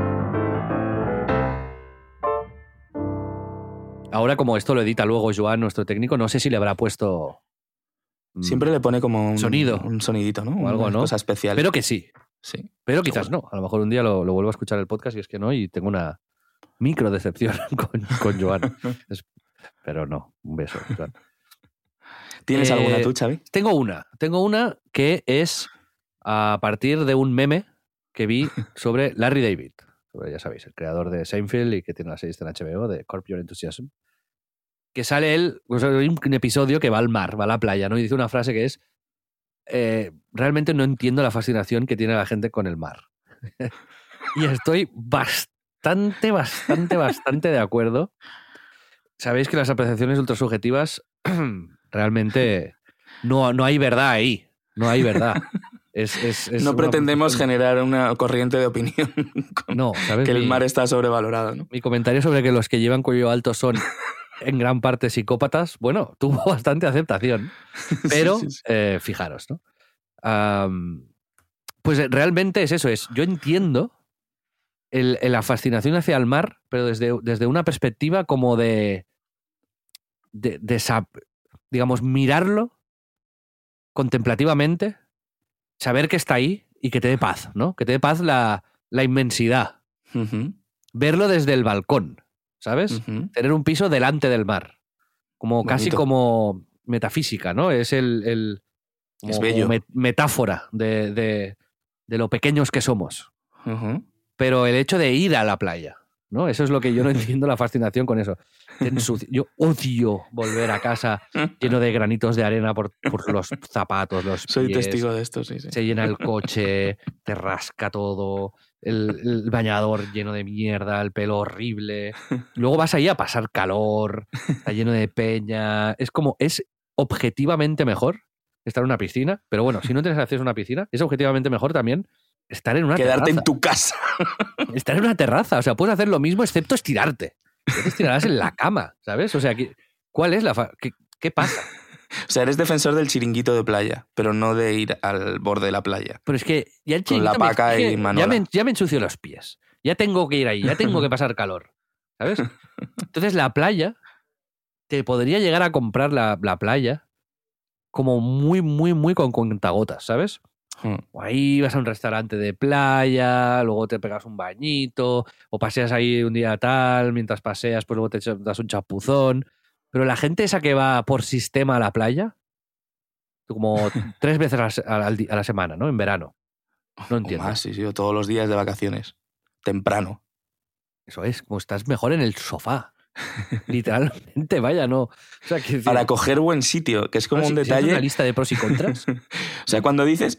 Ahora, como esto lo edita luego Joan, nuestro técnico, no sé si le habrá puesto... Siempre le pone como un sonidito, ¿no? O algo, una cosa especial. Pero que sí. Sí. Pero quizás no. A lo mejor un día lo vuelvo a escuchar el podcast y es que no, y tengo una micro decepción con Joan. Pero no, un beso, Joan. ¿Tienes alguna tú, Xavi? Tengo una que es a partir de un meme que vi sobre Larry David. Sobre, ya sabéis, el creador de Seinfeld y que tiene la serie en HBO de Curb Your Enthusiasm. Que sale él, pues hay un episodio que va al mar, va a la playa, ¿no? Y dice una frase que es realmente no entiendo la fascinación que tiene la gente con el mar. Y estoy bastante de acuerdo. Sabéis que las apreciaciones ultrasubjetivas realmente no hay verdad ahí. No hay verdad. No pretendemos generar una corriente de opinión ¿sabes? Que el mar está sobrevalorado, ¿no? Mi comentario sobre que los que llevan cuello alto son en gran parte psicópatas, bueno, tuvo bastante aceptación, pero sí. Fijaros, ¿no? Pues realmente es eso, yo entiendo la fascinación hacia el mar, pero desde una perspectiva como de digamos, mirarlo contemplativamente, saber que está ahí y que te dé paz, ¿no? Que te dé paz la inmensidad. Uh-huh. Verlo desde el balcón, ¿sabes? Uh-huh. Tener un piso delante del mar. Como bonito. Casi como metafísica, ¿no? Es es bello. Metáfora de lo pequeños que somos. Uh-huh. Pero el hecho de ir a la playa, ¿no? Eso es lo que yo no entiendo, la fascinación con eso. Yo odio volver a casa lleno de granitos de arena por los zapatos, los pies. Soy testigo de esto, sí. Se llena el coche, te rasca todo, el bañador lleno de mierda, el pelo horrible. Luego vas ahí a pasar calor, está lleno de peña. Es objetivamente mejor estar en una piscina, pero bueno, si no tienes acceso a una piscina, es objetivamente mejor también estar en una Quedarte terraza. En tu casa. Estar en una terraza, o sea, puedes hacer lo mismo excepto estirarte. Te estirarás en la cama, ¿sabes? O sea, ¿cuál es ¿qué pasa? O sea, eres defensor del chiringuito de playa, pero no de ir al borde de la playa. Pero es que ya el Con la chiringuito paca y Manola. ya me ensucio los pies. Ya tengo que ir ahí, ya tengo que pasar calor. ¿Sabes? Entonces la playa, te podría llegar a comprar la playa como muy, muy, muy con cuentagotas, ¿sabes? O ahí vas a un restaurante de playa, luego te pegas un bañito, o paseas ahí un día tal, mientras paseas, pues luego te das un chapuzón. Pero la gente esa que va por sistema a la playa, como 3 veces a la semana, ¿no? En verano. No O entiendo. más, sí, o todos los días de vacaciones. Temprano. Eso es, como estás mejor en el sofá. Literalmente, vaya, no. O sea, que Para coger buen sitio, que es como un si detalle. haces una lista de pros y contras. O sea, cuando dices,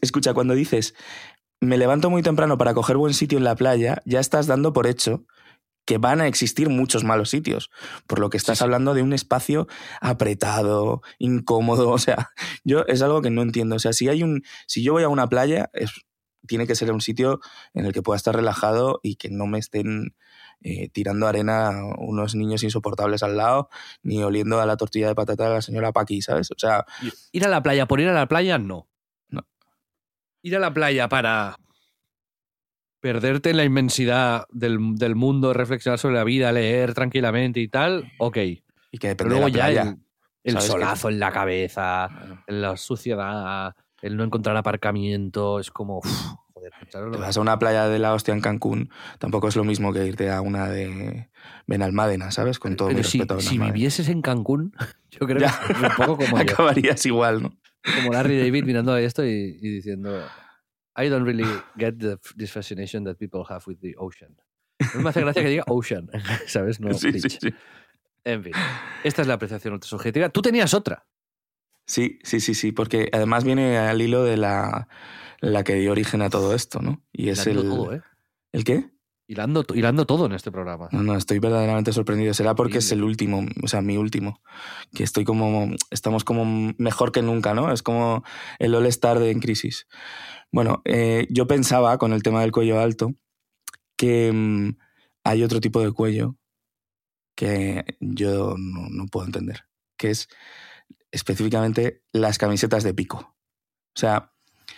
me levanto muy temprano para coger buen sitio en la playa, ya estás dando por hecho que van a existir muchos malos sitios, por lo que estás hablando de un espacio apretado, incómodo. O sea, yo es algo que no entiendo. O sea, si yo voy a una playa, tiene que ser un sitio en el que pueda estar relajado y que no me estén tirando arena unos niños insoportables al lado, ni oliendo a la tortilla de patata de la señora Paqui, ¿sabes? O sea, Ir a la playa por ir a la playa, no. No. Ir a la playa para perderte en la inmensidad del mundo, reflexionar sobre la vida, leer tranquilamente y tal, ok. y que Pero depende luego de la ya playa. el ¿Sabes? solazo en la cabeza, Claro. la suciedad, el no encontrar aparcamiento, es como... joder, pensaros Te lo vas a una playa de la hostia en Cancún, tampoco es lo mismo que irte a una de Benalmádena, ¿sabes? Con todo mi Pero respeto a si Benalmádena. vivieses en Cancún, yo creo Ya. que es un poco como yo. Acabarías igual, ¿no? Como Larry David mirando esto y diciendo I don't really get this fascination that people have with the ocean. No me hace gracia que diga ocean, ¿sabes? No Sí, beach. sí. En fin, esta es la apreciación subjetiva. Tú tenías otra. Sí, porque además viene al hilo de la que dio origen a todo esto, ¿no? Y es Hilando todo, ¿eh? ¿El qué? Hilando todo en este programa. No, estoy verdaderamente sorprendido. Será porque es el último, o sea, mi último. Que estamos como mejor que nunca, ¿no? Es como el All-Star de En Crisis. Bueno, yo pensaba con el tema del cuello alto que hay otro tipo de cuello que yo no puedo entender, que es específicamente las camisetas de pico. O sea,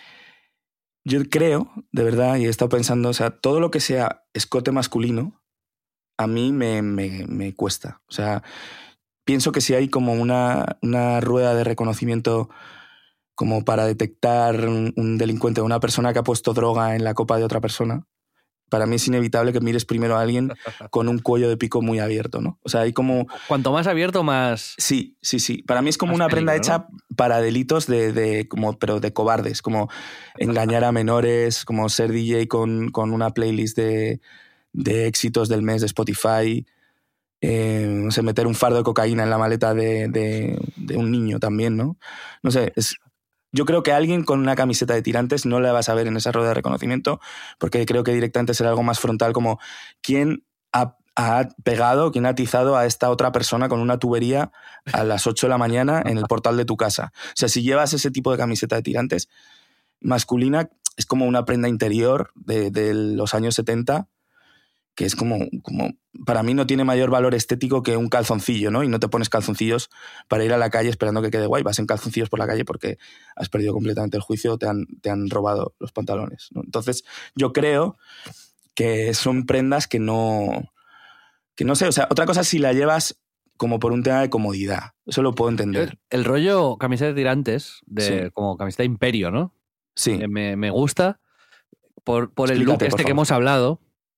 yo creo, de verdad, y he estado pensando, o sea, todo lo que sea escote masculino, a mí me cuesta. O sea, pienso que si hay como una rueda de reconocimiento como para detectar un delincuente o una persona que ha puesto droga en la copa de otra persona, para mí es inevitable que mires primero a alguien con un cuello de pico muy abierto, ¿no? O sea, hay como... Cuanto más abierto, más... Sí. Para mí es como Más una prenda peligro, hecha para delitos pero de cobardes, como engañar a menores, como ser DJ con una playlist de éxitos del mes de Spotify, no sé, meter un fardo de cocaína en la maleta de un niño también, ¿no? No sé, yo creo que a alguien con una camiseta de tirantes no la vas a ver en esa rueda de reconocimiento, porque creo que directamente será algo más frontal, como quién ha pegado, quién ha atizado a esta otra persona con una tubería a las 8 de la mañana en el portal de tu casa. O sea, si llevas ese tipo de camiseta de tirantes masculina, es como una prenda interior de los años 70, que es como, para mí no tiene mayor valor estético que un calzoncillo, ¿no? Y no te pones calzoncillos para ir a la calle esperando que quede guay, vas en calzoncillos por la calle porque has perdido completamente el juicio o te han robado los pantalones, ¿no? Entonces, yo creo que son prendas que no sé, o sea, otra cosa es si la llevas como por un tema de comodidad, eso lo puedo entender. El rollo camiseta de tirantes, como camiseta imperio, ¿no? Sí. Me gusta por el look Explícate, por que favor. hemos hablado,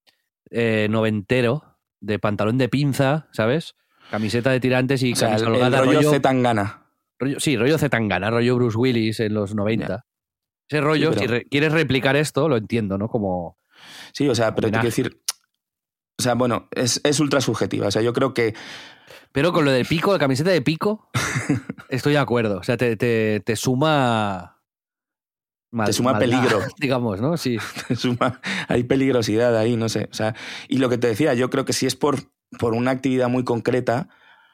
noventero, de pantalón de pinza, ¿sabes? Camiseta de tirantes y O sea, camisa el holgada, rollo Zetangana. rollo Zetangana, rollo Bruce Willis en los 90. Ya. Ese rollo, Sí, pero... si quieres replicar esto, lo entiendo, ¿no? Como... Sí, o sea, pero te quiero decir... O sea, bueno, es ultra subjetiva. O sea, yo creo que... Pero con lo del pico, la camiseta de pico, estoy de acuerdo. O sea, te suma... te suma peligro. Digamos, ¿no? Sí. Hay peligrosidad ahí, no sé. O sea, y lo que te decía, yo creo que si es por una actividad muy concreta,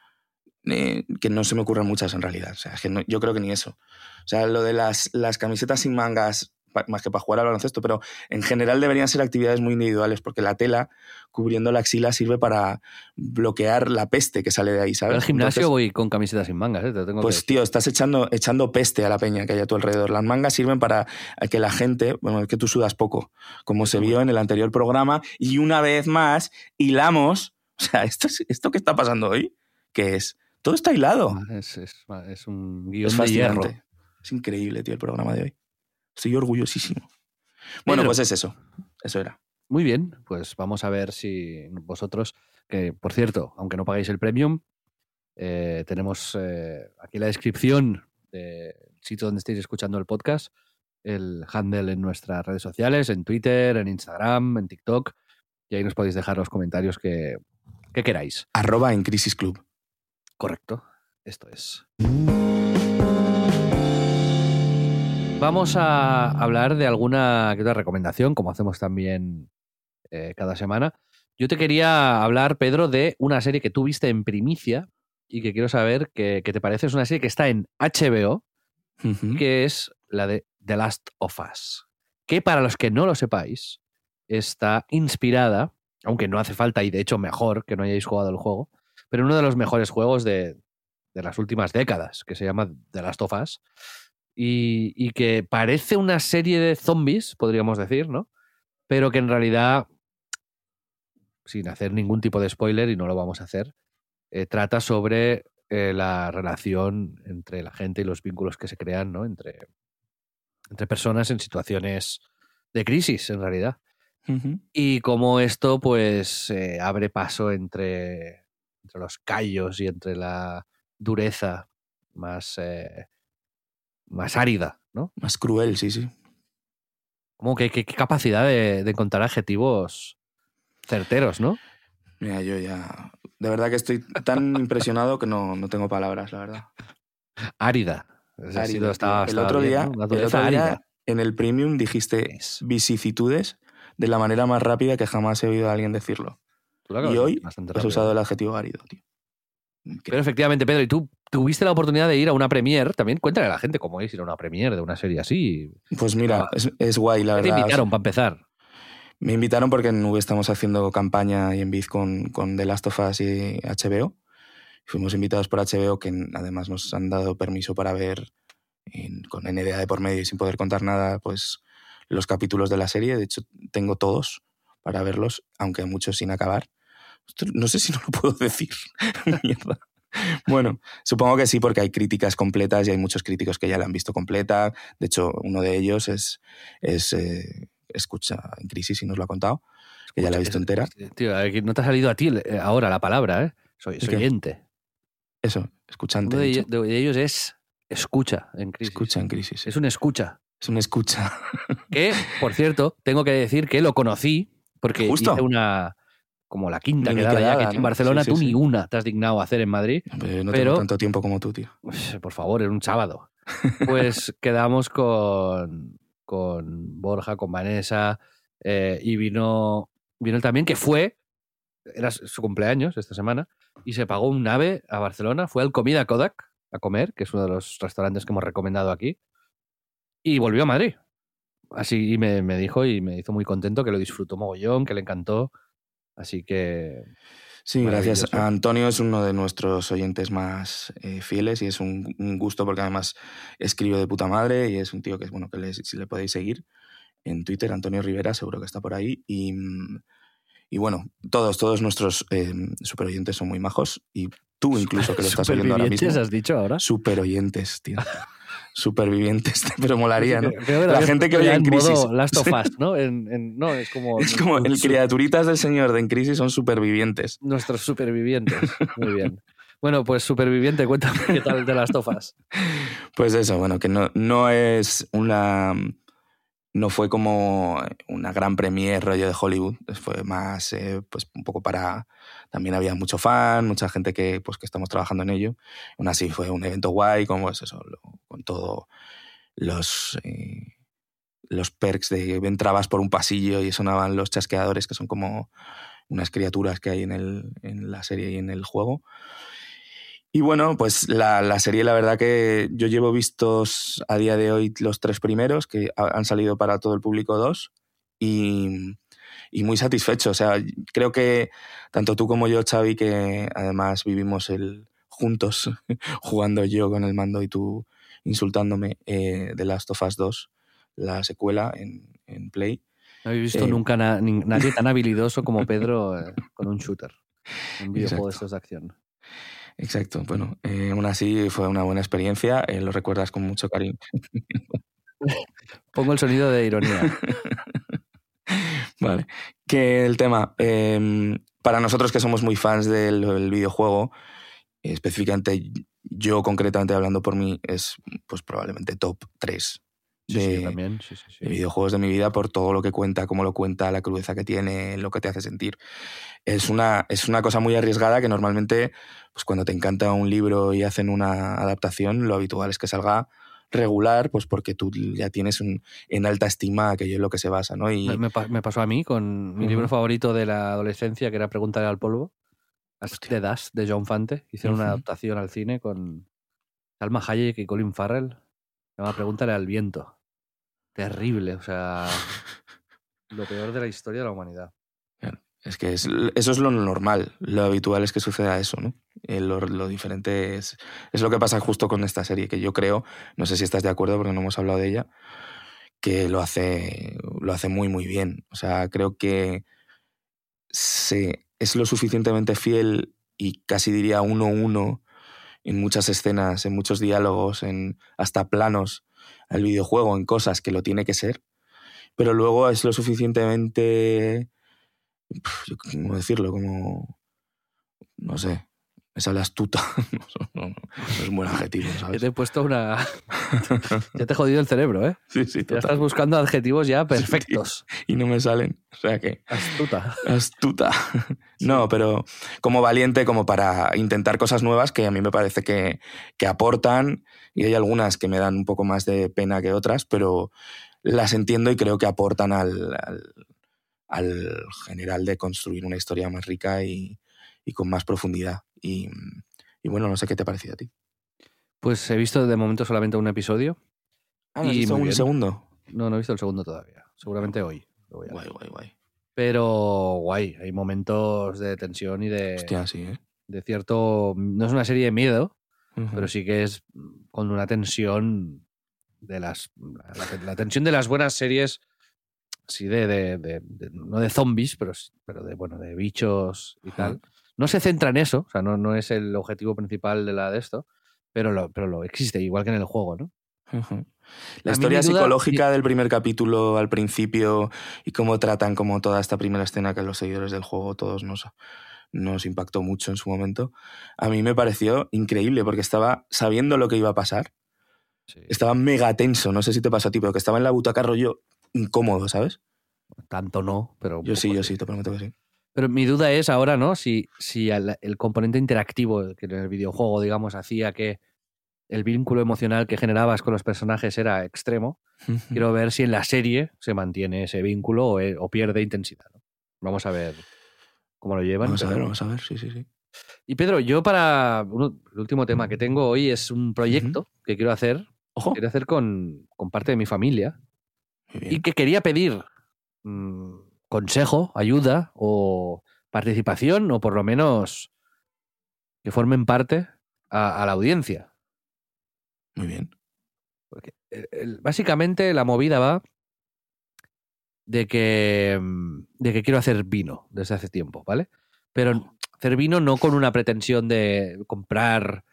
que no se me ocurren muchas en realidad. O sea, es que yo creo que ni eso. O sea, lo de las camisetas sin mangas más que para jugar al baloncesto, pero en general deberían ser actividades muy individuales, porque la tela cubriendo la axila sirve para bloquear la peste que sale de ahí, ¿sabes? Al gimnasio Entonces, voy con camisetas sin mangas, ¿eh? Te tengo pues que... tío, estás echando peste a la peña que hay a tu alrededor. Las mangas sirven para que la gente, bueno, es que tú sudas poco, como se vio en el anterior programa, y una vez más hilamos, o sea, ¿esto que está pasando hoy? ¿Qué es? Todo está hilado. Es un guión Es de hierro. fascinante. Es increíble, tío, el programa de hoy. Estoy orgullosísimo. Bueno, Pedro, pues es eso. Eso era. muy bien, pues vamos a ver si vosotros, que por cierto, aunque no pagáis el premium, tenemos aquí en la descripción del sitio donde estéis escuchando el podcast, el handle en nuestras redes sociales, en Twitter, en Instagram, en TikTok, y ahí nos podéis dejar los comentarios que queráis. @en Crisis Club. Correcto, esto es. Vamos a hablar de alguna que otra recomendación, como hacemos también cada semana. Yo te quería hablar, Pedro, de una serie que tú viste en primicia y que quiero saber qué te parece. Es una serie que está en HBO, Uh-huh. que es la de The Last of Us, que para los que no lo sepáis, está inspirada, aunque no hace falta y de hecho mejor que no hayáis jugado el juego, pero uno de los mejores juegos de las últimas décadas, que se llama The Last of Us, y que parece una serie de zombies, podríamos decir, ¿no? Pero que en realidad, sin hacer ningún tipo de spoiler, y no lo vamos a hacer, trata sobre la relación entre la gente y los vínculos que se crean, ¿no? Entre personas en situaciones de crisis, en realidad. Uh-huh. Y cómo esto, pues, abre paso entre los callos y entre la dureza más árida, ¿no? Más cruel, sí, sí. Como que qué capacidad de encontrar adjetivos certeros, ¿no? Mira, yo ya... De verdad que estoy tan impresionado que no tengo palabras, la verdad. Árida. Árida, Estaba el otro bien, día, ¿no? Una el dureza otro día árida. en el Premium dijiste vicisitudes de la manera más rápida que jamás he oído a alguien decirlo. Tú lo acabas Y de hoy decir bastante has rápido, usado ¿eh? el adjetivo árido, tío. Pero Increíble. efectivamente, Pedro, y tú tuviste la oportunidad de ir a una premiere, también cuéntale a la gente cómo es ir a una premiere de una serie así. Pues mira, es guay, la ¿Qué te verdad. invitaron para empezar? Me invitaron porque en Nube estamos haciendo campaña y en Biz con The Last of Us y HBO. Fuimos invitados por HBO, que además nos han dado permiso para ver con NDA de por medio y sin poder contar nada, pues los capítulos de la serie. De hecho, tengo todos para verlos, aunque muchos sin acabar. Esto, no sé si no lo puedo decir. Mierda. Bueno, supongo que sí, porque hay críticas completas y hay muchos críticos que ya la han visto completa. De hecho, uno de ellos es Escucha en Crisis y nos lo ha contado, que ya la ha visto entera. Tío, no te ha salido a ti ahora la palabra, ¿eh? Soy ¿El qué? oyente. Eso, escuchante. Uno he dicho. de ellos es escucha en crisis. Escucha en Crisis. Sí. Es un escucha. Es un escucha. Que, por cierto, tengo que decir que lo conocí porque Justo. hice una... como la quinta Mini quedada ya quedada, que he hecho en ¿no? Barcelona, Sí, tú sí, ni sí. una te has dignado a hacer en Madrid. No pero, tengo tanto tiempo como tú, tío. Por favor, era un sábado. Pues quedamos con Borja, con Vanessa, y vino él también, que era su cumpleaños esta semana, y se pagó un AVE a Barcelona, fue al Comida Kodak a comer, que es uno de los restaurantes que hemos recomendado aquí, y volvió a Madrid. Así me dijo y me hizo muy contento, que lo disfrutó mogollón, que le encantó. Así que... Sí, gracias. Antonio es uno de nuestros oyentes más fieles y es un gusto porque además escribe de puta madre y es un tío que es bueno que si le podéis seguir en Twitter, Antonio Rivera, seguro que está por ahí. Y bueno, todos nuestros super oyentes son muy majos y tú incluso que lo estás oyendo ahora mismo. ¿Has dicho ahora? Super oyentes, tío. Supervivientes, pero molaría, ¿no? Creo la gente que oye en Crisis. Modo Last of Us, ¿no? No, es como el criaturitas del señor de En Crisis son supervivientes. Nuestros supervivientes. Muy bien. Bueno, pues superviviente, cuéntame qué tal de Last of Us. Pues eso, bueno, que no es una... No fue como una gran premiere rollo de Hollywood, fue más pues un poco para... También había mucho fan, mucha gente que estamos trabajando en ello. Aún así fue un evento guay, como es eso, con todo los perks de entrabas por un pasillo y sonaban los chasqueadores, que son como unas criaturas que hay en la serie y en el juego. Y bueno, pues la serie, la verdad que yo llevo vistos a día de hoy los 3 primeros, que han salido para todo el público 2, y muy satisfecho. O sea, creo que tanto tú como yo, Xavi, que además vivimos juntos, jugando yo con el mando y tú insultándome, de Last of Us 2, la secuela en Play. No habéis visto nunca nadie tan habilidoso como Pedro con un shooter, un videojuego de estos de acción. Exacto. Bueno, aún así fue una buena experiencia, lo recuerdas con mucho cariño. Pongo el sonido de ironía. Vale. Que el tema, para nosotros que somos muy fans del videojuego, específicamente yo concretamente hablando por mí, es pues probablemente top 3 también. de videojuegos de mi vida, por todo lo que cuenta, cómo lo cuenta, la crudeza que tiene, lo que te hace sentir. Es una cosa muy arriesgada que normalmente, pues cuando te encanta un libro y hacen una adaptación, lo habitual es que salga regular, pues porque tú ya tienes en alta estima aquello en lo que se basa, ¿no? Y me pasó a mí con mi libro favorito de la adolescencia, que era Preguntarle al polvo, de Dust, de John Fante. Hicieron una adaptación al cine con Salma Hayek y Colin Farrell. Se llama Pregúntale al viento. Terrible, o sea, lo peor de la historia de la humanidad. Es que eso es lo normal, lo habitual es que suceda eso, ¿no? Lo diferente es lo que pasa justo con esta serie, que yo creo, no sé si estás de acuerdo porque no hemos hablado de ella, que lo hace muy muy bien. O sea, creo que es lo suficientemente fiel y casi diría 1-1 en muchas escenas, en muchos diálogos, en hasta planos al videojuego, en cosas que lo tiene que ser, pero luego es lo suficientemente, ¿cómo decirlo? Como, no sé, me sale astuta. No es un buen adjetivo, ¿sabes? Te he puesto una... Ya te he jodido el cerebro, ¿eh? Sí, ya estás buscando adjetivos ya perfectos. Sí, y no me salen. O sea que... Astuta. No, pero como valiente, como para intentar cosas nuevas que a mí me parece que aportan, y hay algunas que me dan un poco más de pena que otras, pero las entiendo y creo que aportan al general de construir una historia más rica y con más profundidad. Y bueno, no sé qué te ha parecido a ti. Pues he visto de momento solamente un episodio. ¿No has visto un segundo? No he visto el segundo todavía. Seguramente hoy. Guay. Pero guay, hay momentos de tensión y de... Hostia, sí, ¿eh? De cierto... No es una serie de miedo, pero sí que es con una tensión de las... La tensión de las buenas series, sí, no de zombies, pero de bichos y tal. No se centra en eso, o sea, no es el objetivo principal de esto, pero lo existe, igual que en el juego, ¿no? La historia psicológica del primer capítulo al principio y cómo tratan como toda esta primera escena que a los seguidores del juego todos nos impactó mucho en su momento, a mí me pareció increíble porque estaba sabiendo lo que iba a pasar. Sí. Estaba mega tenso, no sé si te pasó a ti, pero que estaba en la butaca rollo incómodo, ¿sabes? Tanto no, pero... Yo sí, te prometo que sí. Pero mi duda es ahora, ¿no? Si el componente interactivo que en el videojuego, digamos, hacía que el vínculo emocional que generabas con los personajes era extremo. Quiero ver si en la serie se mantiene ese vínculo o pierde intensidad, ¿no? Vamos a ver cómo lo llevan. Vamos a ver, sí. Y Pedro, yo el último tema que tengo hoy es un proyecto que quiero hacer. Ojo. Quiero hacer con parte de mi familia. Y que quería pedir consejo, ayuda o participación, o por lo menos que formen parte a la audiencia. Muy bien. Porque básicamente la movida va de que quiero hacer vino desde hace tiempo, ¿vale? Pero hacer vino no con una pretensión de comprar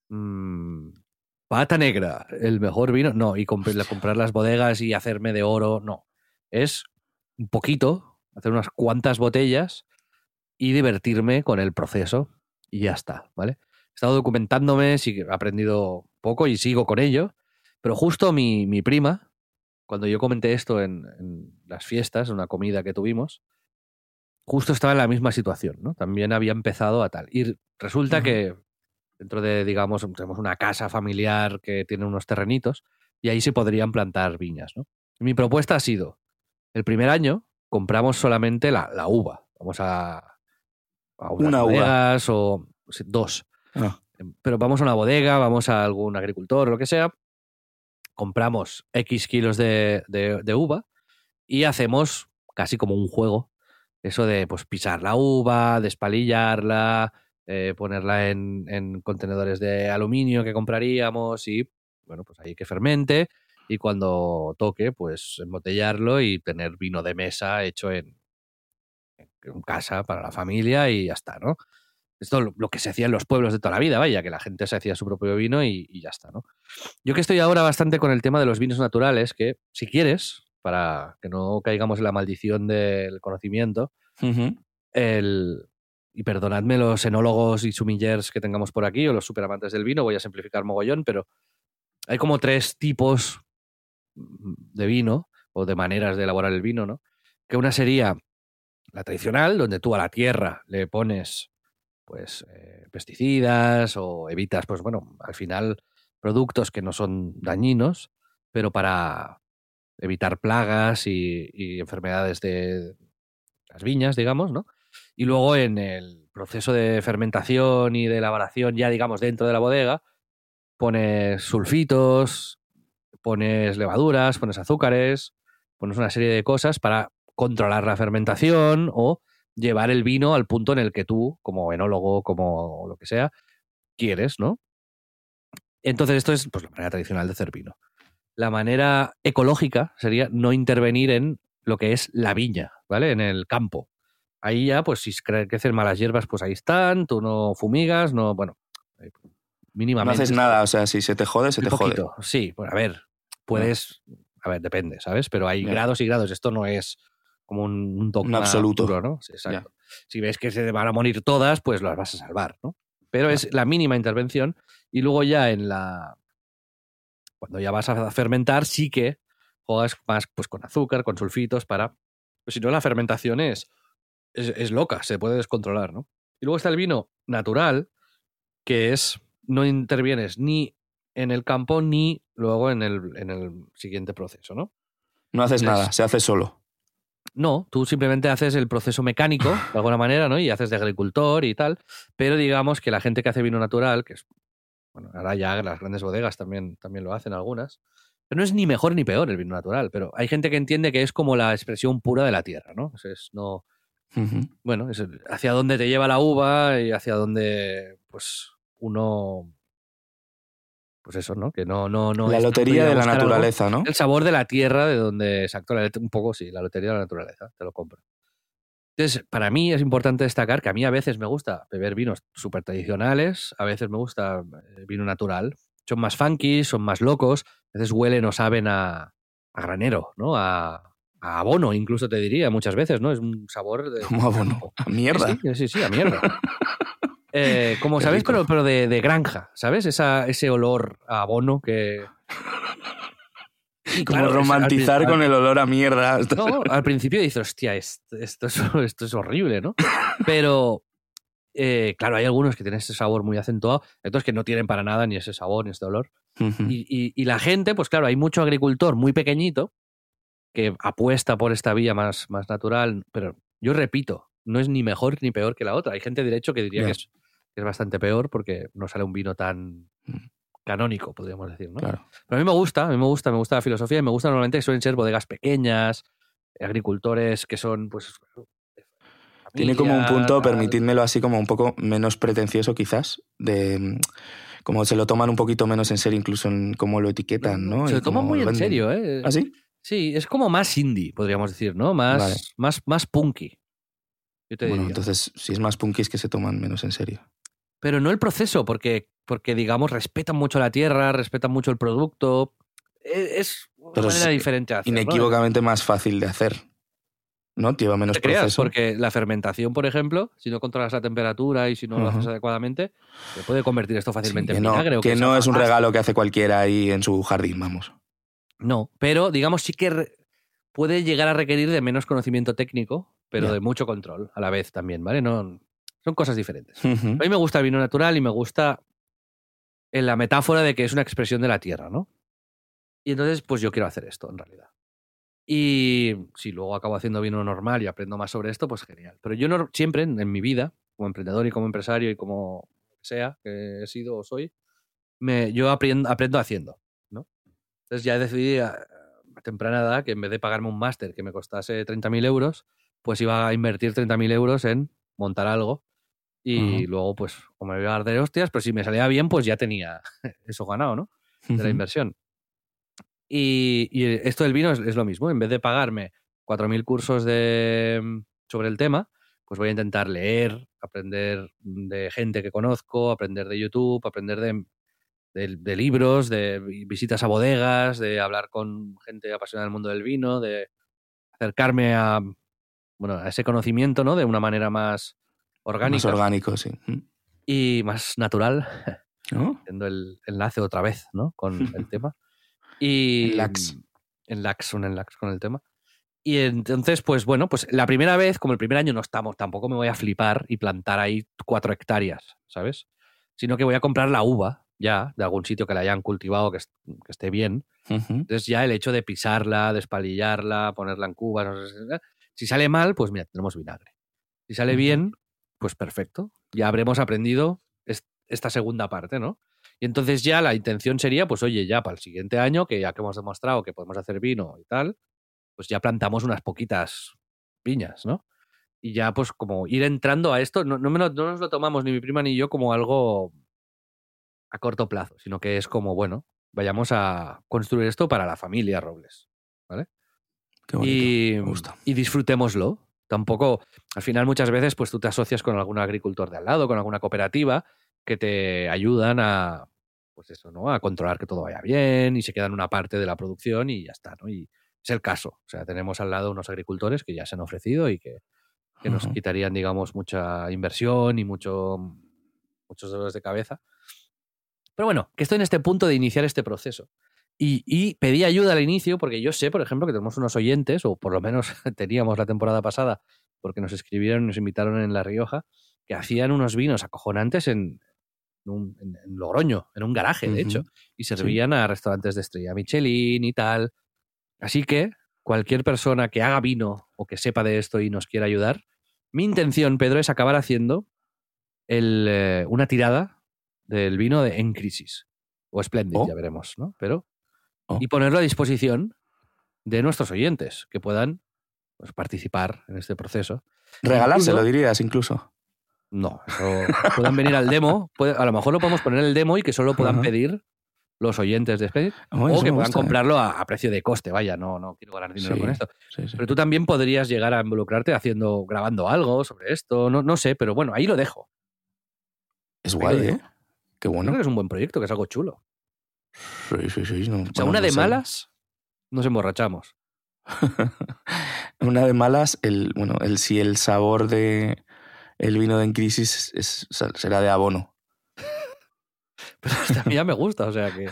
pata negra, el mejor vino, no, y comprar las bodegas y hacerme de oro, no. Es un poquito, hacer unas cuantas botellas y divertirme con el proceso y ya está, ¿vale? He estado documentándome, sí que he aprendido poco y sigo con ello, pero justo mi prima, cuando yo comenté esto en las fiestas, en una comida que tuvimos, justo estaba en la misma situación, ¿no? También había empezado a tal. Y resulta que dentro de, digamos, tenemos una casa familiar que tiene unos terrenitos y ahí se podrían plantar viñas, ¿no? Y mi propuesta ha sido, el primer año compramos solamente la uva. Vamos a una bodegas o 2. Pero vamos a una bodega, vamos a algún agricultor o lo que sea, compramos X kilos de uva y hacemos casi como un juego. Eso de pues pisar la uva, despalillarla, ponerla en contenedores de aluminio que compraríamos y, bueno, pues ahí que fermente y cuando toque, pues embotellarlo y tener vino de mesa hecho en casa para la familia y ya está, ¿no? Esto es lo que se hacía en los pueblos de toda la vida, vaya, que la gente se hacía su propio vino y ya está, ¿no? Yo que estoy ahora bastante con el tema de los vinos naturales, que si quieres, para que no caigamos en la maldición del conocimiento, Ujú. y perdonadme los enólogos y sommeliers que tengamos por aquí o los superamantes del vino, voy a simplificar mogollón, pero hay como 3 tipos de vino o de maneras de elaborar el vino, ¿no? Que una sería la tradicional, donde tú a la tierra le pones pues pesticidas o evitas, pues bueno, al final productos que no son dañinos, pero para evitar plagas y enfermedades de las viñas, digamos, ¿no? Y luego en el proceso de fermentación y de elaboración ya, digamos, dentro de la bodega, pones sulfitos, pones levaduras, pones azúcares, pones una serie de cosas para controlar la fermentación o llevar el vino al punto en el que tú, como enólogo, como lo que sea, quieres, ¿no? Entonces esto es pues, la manera tradicional de hacer vino. La manera ecológica sería no intervenir en lo que es la viña, ¿vale? En el campo. Ahí ya, pues si crecen malas hierbas, pues ahí están, tú no fumigas, no, bueno, No mínimamente. haces nada, o sea, si se te jode, se Un te jode. poquito, sí, pues a ver, puedes, a ver, depende, ¿sabes? Pero hay Ya. grados y grados, esto no es como un dogma absoluto. puro, ¿no? Sí, exacto. Si ves que se van a morir todas, pues las vas a salvar, ¿no? Pero es la mínima intervención y luego ya cuando ya vas a fermentar, sí que juegas más pues, con azúcar, con sulfitos, para... Pues si no, la fermentación es loca, se puede descontrolar, ¿no? Y luego está el vino natural, que es, no intervienes ni en el campo ni luego en el siguiente proceso, ¿no? No haces Entonces, nada, se hace solo. No, tú simplemente haces el proceso mecánico, de alguna manera, ¿no? Y haces de agricultor y tal, pero digamos que la gente que hace vino natural, que es, bueno, ahora ya las grandes bodegas también lo hacen algunas, pero no es ni mejor ni peor el vino natural, pero hay gente que entiende que es como la expresión pura de la tierra, ¿no? No, Ujú. bueno, es hacia dónde te lleva la uva y hacia dónde, pues, uno, pues eso, ¿no? Que no La es tanto ir lotería a de la buscar algo. naturaleza, ¿no? El sabor de la tierra, de donde, exacto, un poco sí, la lotería de la naturaleza, te lo compro. Entonces, para mí es importante destacar que a mí a veces me gusta beber vinos súper tradicionales, a veces me gusta vino natural. Son más funky, son más locos, a veces huelen o saben a granero, ¿no? A abono, incluso te diría, muchas veces, ¿no? Es un sabor de Como abono. campo. A mierda. Sí, a mierda. Como Qué sabéis, rico. pero de granja, ¿sabes? Ese olor a abono que... Y Como claro, romantizar con el olor a mierda. no, al principio dices, hostia, esto es horrible, ¿no? Pero, claro, hay algunos que tienen ese sabor muy acentuado, otros que no tienen para nada ni ese sabor ni este olor. Ujú. Y la gente, pues claro, hay mucho agricultor muy pequeñito que apuesta por esta vía más natural, pero yo repito, no es ni mejor ni peor que la otra. Hay gente, de hecho, que diría Ya. que es bastante peor porque no sale un vino tan Mm. canónico, podríamos decir, ¿no? Claro. Pero a mí me gusta la filosofía y me gusta normalmente que suelen ser bodegas pequeñas, agricultores que son, pues, Tiene como un familia, punto, tal. permitidmelo así, como un poco menos pretencioso quizás, de como se lo toman un poquito menos en serio incluso en cómo lo etiquetan, ¿no? Se Y lo toman cómo muy lo en venden. serio, ¿eh? ¿Ah, sí? Sí, es como más indie, podríamos decir, ¿no? Vale. Más punky, yo te Bueno, diría. entonces si es más punkis que se toman menos en serio. Pero no el proceso, porque digamos, respetan mucho la tierra, respetan mucho el producto. Es una Pero manera es diferente de hacer, ¿no? inequívocamente más fácil de hacer, ¿no? Lleva No menos te creas, proceso. porque la fermentación, por ejemplo, si no controlas la temperatura y si no lo haces Ujú. adecuadamente, se puede convertir esto Sí, fácilmente que en no, vinagre o que no salga es un pasta. regalo que hace cualquiera ahí en su jardín, vamos. No, pero digamos sí que puede llegar a requerir de menos conocimiento técnico, pero Ya. de mucho control a la vez también, ¿vale? No, son cosas diferentes. Ujú. A mí me gusta el vino natural y me gusta en la metáfora de que es una expresión de la tierra, ¿no? Y entonces, pues yo quiero hacer esto, en realidad. Y si luego acabo haciendo vino normal y aprendo más sobre esto, pues genial. Pero yo no, siempre en mi vida, como emprendedor y como empresario y como que sea que he sido o soy, yo aprendo haciendo, ¿no? Entonces ya decidí a temprana edad que en vez de pagarme un máster que me costase 30.000 euros, pues iba a invertir 30.000 euros en montar algo y luego pues como me iba a dar de hostias, pero si me salía bien pues ya tenía eso ganado, ¿no? De la inversión. Y esto del vino es lo mismo. En vez de pagarme 4.000 cursos sobre el tema, pues voy a intentar leer, aprender de gente que conozco, aprender de YouTube, aprender de libros, de visitas a bodegas, de hablar con gente apasionada del mundo del vino, de acercarme a ese conocimiento, ¿no? De una manera más orgánica. Más orgánico, sí. Y más natural, ¿No? haciendo el enlace otra vez, ¿no? Con el tema. Y Enlax con el tema. Y entonces, pues bueno, pues la primera vez, como el primer año no estamos, tampoco me voy a flipar y plantar ahí 4 hectáreas, ¿sabes? Sino que voy a comprar la uva ya de algún sitio que la hayan cultivado, que esté bien. Entonces ya el hecho de pisarla, despalillarla, ponerla en cubas, no sé, si sale mal, pues mira, tenemos vinagre. Si sale bien, pues perfecto. Ya habremos aprendido esta segunda parte, ¿no? Y entonces ya la intención sería, pues oye, ya para el siguiente año, que ya que hemos demostrado que podemos hacer vino y tal, pues ya plantamos unas poquitas viñas, ¿no? Y ya pues como ir entrando a esto, no nos lo tomamos ni mi prima ni yo como algo a corto plazo, sino que es como, bueno, vayamos a construir esto para la familia Robles, ¿vale? Qué bonito, me gusta. Y disfrutémoslo. Tampoco, al final muchas veces pues tú te asocias con algún agricultor de al lado, con alguna cooperativa que te ayudan a, pues eso, ¿no? A controlar que todo vaya bien y se quedan una parte de la producción y ya está, ¿no? Y es el caso. O sea, tenemos al lado unos agricultores que ya se han ofrecido y que nos quitarían, digamos, mucha inversión y muchos dolores de cabeza. Pero bueno, que estoy en este punto de iniciar este proceso. Y pedí ayuda al inicio porque yo sé, por ejemplo, que tenemos unos oyentes, o por lo menos teníamos la temporada pasada, porque nos escribieron y nos invitaron en La Rioja, que hacían unos vinos acojonantes en Logroño, en un garaje, de hecho, y servían a restaurantes de estrella Michelin y tal. Así que cualquier persona que haga vino o que sepa de esto y nos quiera ayudar, mi intención, Pedro, es acabar haciendo una tirada del vino En Crisis. O Splendid, ya veremos, ¿no? Pero y ponerlo a disposición de nuestros oyentes, que puedan pues, participar en este proceso. Regalárselo, dirías, incluso. No, puedan venir al demo, a lo mejor lo podemos poner en el demo y que solo puedan pedir los oyentes de Splendid, o que puedan comprarlo a precio de coste, vaya, no quiero ganar dinero con esto. Sí. Pero tú también podrías llegar a involucrarte grabando algo sobre esto, no sé, pero bueno, ahí lo dejo. Es guay, ¿eh? Qué bueno. Creo que es un buen proyecto, que es algo chulo. Sí. No, o sea, una de malas, nos emborrachamos. Una de malas, si el sabor de el vino de En Crisis será de abono. Pero a mí ya me gusta, o sea que...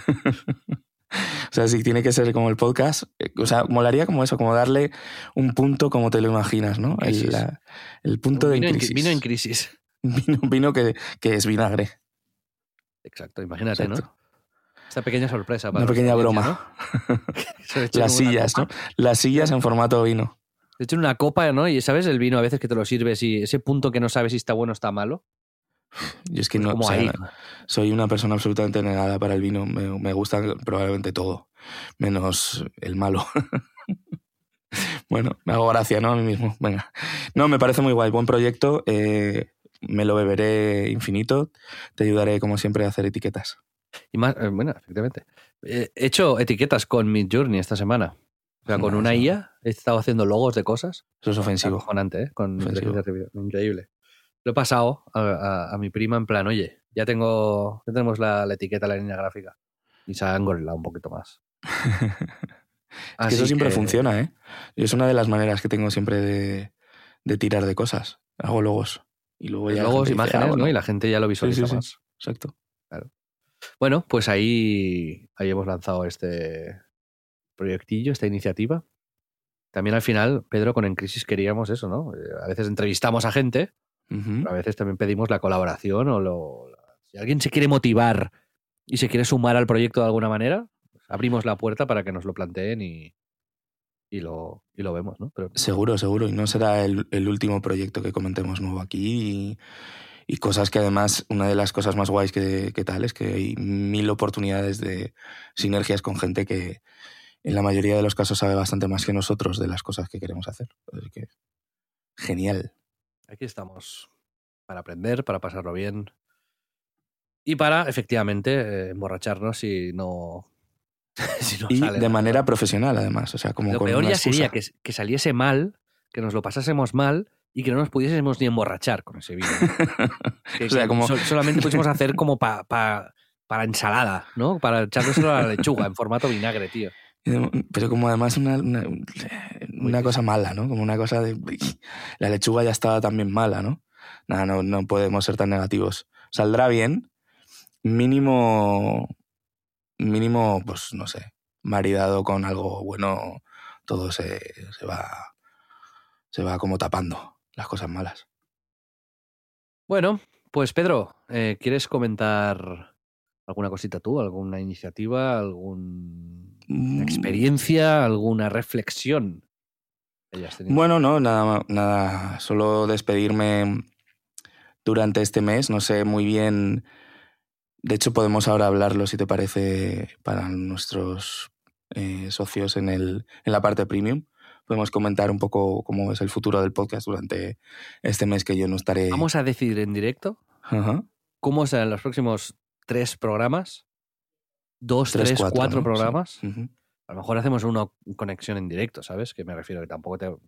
O sea, si tiene que ser como el podcast, o sea, molaría como eso, como darle un punto como te lo imaginas, ¿no? El punto de En Crisis. Vino en crisis. Vino que es vinagre. Exacto, imagínate, ¿no? Esta pequeña sorpresa. Para una pequeña broma. ¿No? Las sillas, ¿no? Las sillas en formato vino. De hecho, en una copa, ¿no? Y ¿sabes el vino a veces que te lo sirves y ese punto que no sabes si está bueno o está malo? Yo es que no, o sea, soy una persona absolutamente negada para el vino. Me gusta probablemente todo, menos el malo. Bueno, me hago gracia, ¿no? A mí mismo. Venga. No, me parece muy guay. Buen proyecto. Me lo beberé infinito. Te ayudaré, como siempre, a hacer etiquetas. Y más, bueno, efectivamente. He hecho etiquetas con Midjourney esta semana. O sea, con una IA he estado haciendo logos de cosas. Eso es ofensivo. Acojonante, ¿eh? Increíble. Lo he pasado a mi prima en plan, oye, ya tenemos la etiqueta, la línea gráfica. Y se ha engorilado un poquito más. Es que eso siempre funciona, ¿eh? Y es una de las maneras que tengo siempre de tirar de cosas. Hago logos. Y luego ya logos, imágenes, ¿no? Y la gente ya lo visualiza más. Sí. Exacto. Claro. Bueno, pues ahí hemos lanzado este proyectillo, esta iniciativa. También al final, Pedro, con En Crisis queríamos eso, ¿no? A veces entrevistamos a gente, pero a veces también pedimos la colaboración si alguien se quiere motivar y se quiere sumar al proyecto de alguna manera, pues abrimos la puerta para que nos lo planteen y lo vemos, ¿no? Pero... Seguro. Y no será el último proyecto que comentemos nuevo aquí. Y cosas que además, una de las cosas más guays que tal es que hay 1000 oportunidades de sinergias con gente que en la mayoría de los casos sabe bastante más que nosotros de las cosas que queremos hacer. Así que, genial. Aquí estamos para aprender, para pasarlo bien y para, efectivamente, emborracharnos si no, si no Y sale de nada. manera profesional, además. O sea, como Lo con peor una ya sería excusa. que saliese mal, que nos lo pasásemos mal y que no nos pudiésemos ni emborrachar con ese vino. Que, O sea, como- solamente pudiésemos hacer como para ensalada, ¿no? Para echándoselo a la lechuga en formato vinagre, tío. Pero como además una cosa mala, ¿no? Como una cosa de... La lechuga ya estaba también mala, ¿no? Nada, no podemos ser tan negativos. Saldrá bien, mínimo, pues no sé, maridado con algo bueno, todo se va como tapando las cosas malas. Bueno, pues Pedro, ¿quieres comentar alguna cosita tú? ¿Alguna iniciativa? ¿Alguna experiencia? ¿Alguna reflexión que hayas tenido? Bueno, no, nada, solo despedirme durante este mes, no sé muy bien. De hecho, podemos ahora hablarlo, si te parece, para nuestros socios en la parte premium. Podemos comentar un poco cómo es el futuro del podcast durante este mes que yo no estaré. Vamos a decidir en directo Ajá. cómo serán los próximos 3 programas, 2, 3, 3, 4 ¿no? programas. Sí. Uh-huh. A lo mejor hacemos una conexión en directo, ¿sabes? Que me refiero que tampoco te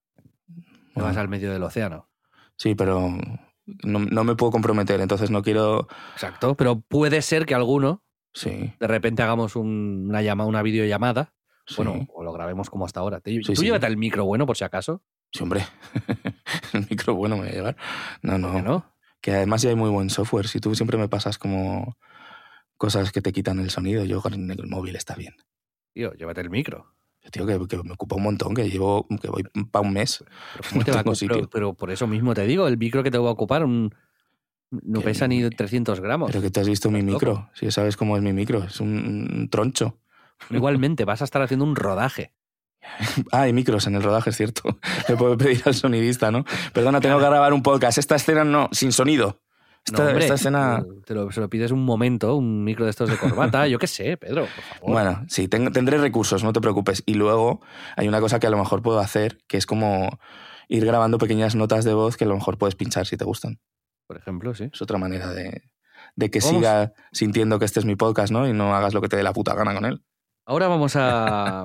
vas al medio del océano. Sí, pero no me puedo comprometer, entonces no quiero... Exacto, pero puede ser que alguno Sí. de repente hagamos una videollamada. Sí. Bueno, o lo grabemos como hasta ahora. Sí, ¿Tú sí. llévate el micro bueno por si acaso? Sí, hombre. El micro bueno me voy a llevar. ¿Por qué no? Que además ya hay muy buen software. Si tú siempre me pasas como cosas que te quitan el sonido, yo con el móvil está bien. Tío, llévate el micro. Tío, que me ocupa un montón, que voy para un mes. Pero ¿cómo te va a ocupar? Pero por eso mismo te digo, el micro que te va a ocupar no pesa ni 300 gramos. Pero que te has visto mi micro. Si sabes cómo es mi micro, es un troncho. Igualmente, vas a estar haciendo un rodaje. Ah, hay micros en el rodaje, es cierto. Le puedo pedir al sonidista, ¿no? Perdona, tengo que grabar un podcast. Esta escena no, sin sonido. Esta escena... Se lo pides un momento, un micro de estos de corbata, yo qué sé, Pedro, por favor. Bueno, sí, tendré recursos, no te preocupes. Y luego hay una cosa que a lo mejor puedo hacer, que es como ir grabando pequeñas notas de voz que a lo mejor puedes pinchar si te gustan. Por ejemplo, sí. Es otra manera de que siga sintiendo que este es mi podcast, ¿no? Y no hagas lo que te dé la puta gana con él. Ahora vamos a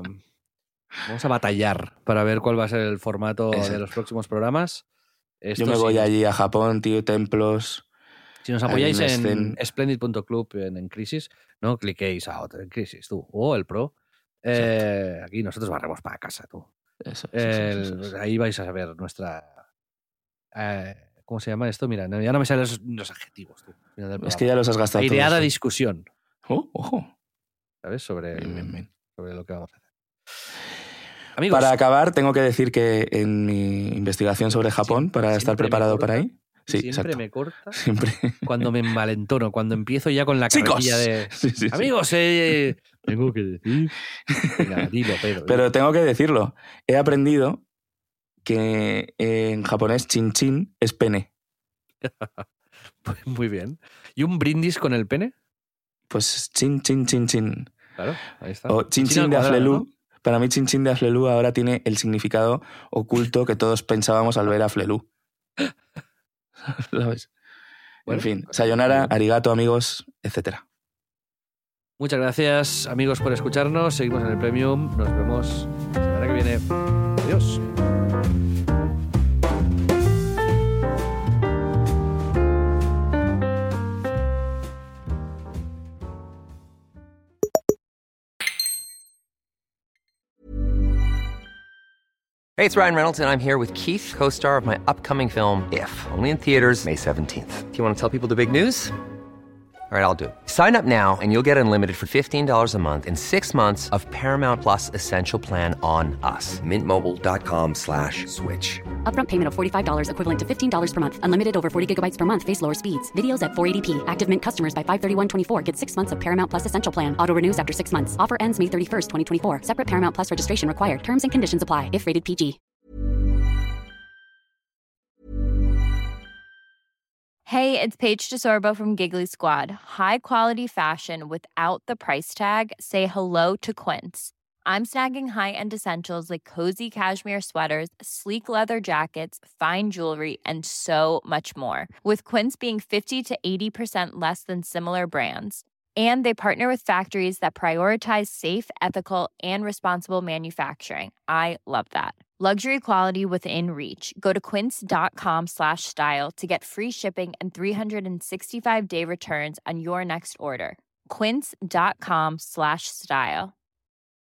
batallar para ver cuál va a ser el formato de los próximos programas. Yo me voy allí a Japón, tío, templos... Si nos apoyáis en splendid.club en Crisis, no cliquéis a otro en Crisis, tú, o el Pro. Aquí nosotros barremos para casa, tú. Eso. Ahí vais a ver nuestra... ¿cómo se llama esto? Mira, ya no me salen los adjetivos. Tú, es que ya los has gastado todos. Aireada discusión. Ojo. ¿Sabes? Sobre lo que vamos a hacer. Amigos, para acabar, tengo que decir que en mi investigación sobre Japón, para estar preparado para ahí... Sí, siempre exacto. me corta siempre. Cuando me envalentono, cuando empiezo ya con la carrilla de... Sí. Amigos, tengo que decir... Venga, dilo, Pedro. Pero tengo que decirlo. He aprendido que en japonés chin-chin es pene. Pues muy bien. ¿Y un brindis con el pene? Pues chin-chin-chin-chin. Claro, ahí está. O chin-chin de Aflelu. ¿No? Para mí chin-chin de Aflelu ahora tiene el significado oculto que todos pensábamos al ver a Aflelu. ¿Sabes? Bueno, en fin, sayonara, arigato, amigos, etcétera. Muchas gracias, amigos, por escucharnos. Seguimos en el Premium. Nos vemos la semana que viene. Adiós. Hey, it's Ryan Reynolds, and I'm here with Keith, co-star of my upcoming film, If, only in theaters May 17th. Do you want to tell people the big news? All right, I'll do it. Sign up now and you'll get unlimited for $15 a month and 6 months of Paramount Plus Essential Plan on us. MintMobile.com/switch. Upfront payment of $45 equivalent to $15 per month. Unlimited over 40 gigabytes per month. Face lower speeds. Videos at 480p. Active Mint customers by 531.24 get 6 months of Paramount Plus Essential Plan. Auto renews after 6 months. Offer ends May 31st, 2024. Separate Paramount Plus registration required. Terms and conditions apply if rated PG. Hey, it's Paige DeSorbo from Giggly Squad. High quality fashion without the price tag. Say hello to Quince. I'm snagging high-end essentials like cozy cashmere sweaters, sleek leather jackets, fine jewelry, and so much more. With Quince being 50 to 80% less than similar brands. And they partner with factories that prioritize safe, ethical, and responsible manufacturing. I love that. Luxury quality within reach. Go to quince.com/style to get free shipping and 365-day returns on your next order. Quince.com/style.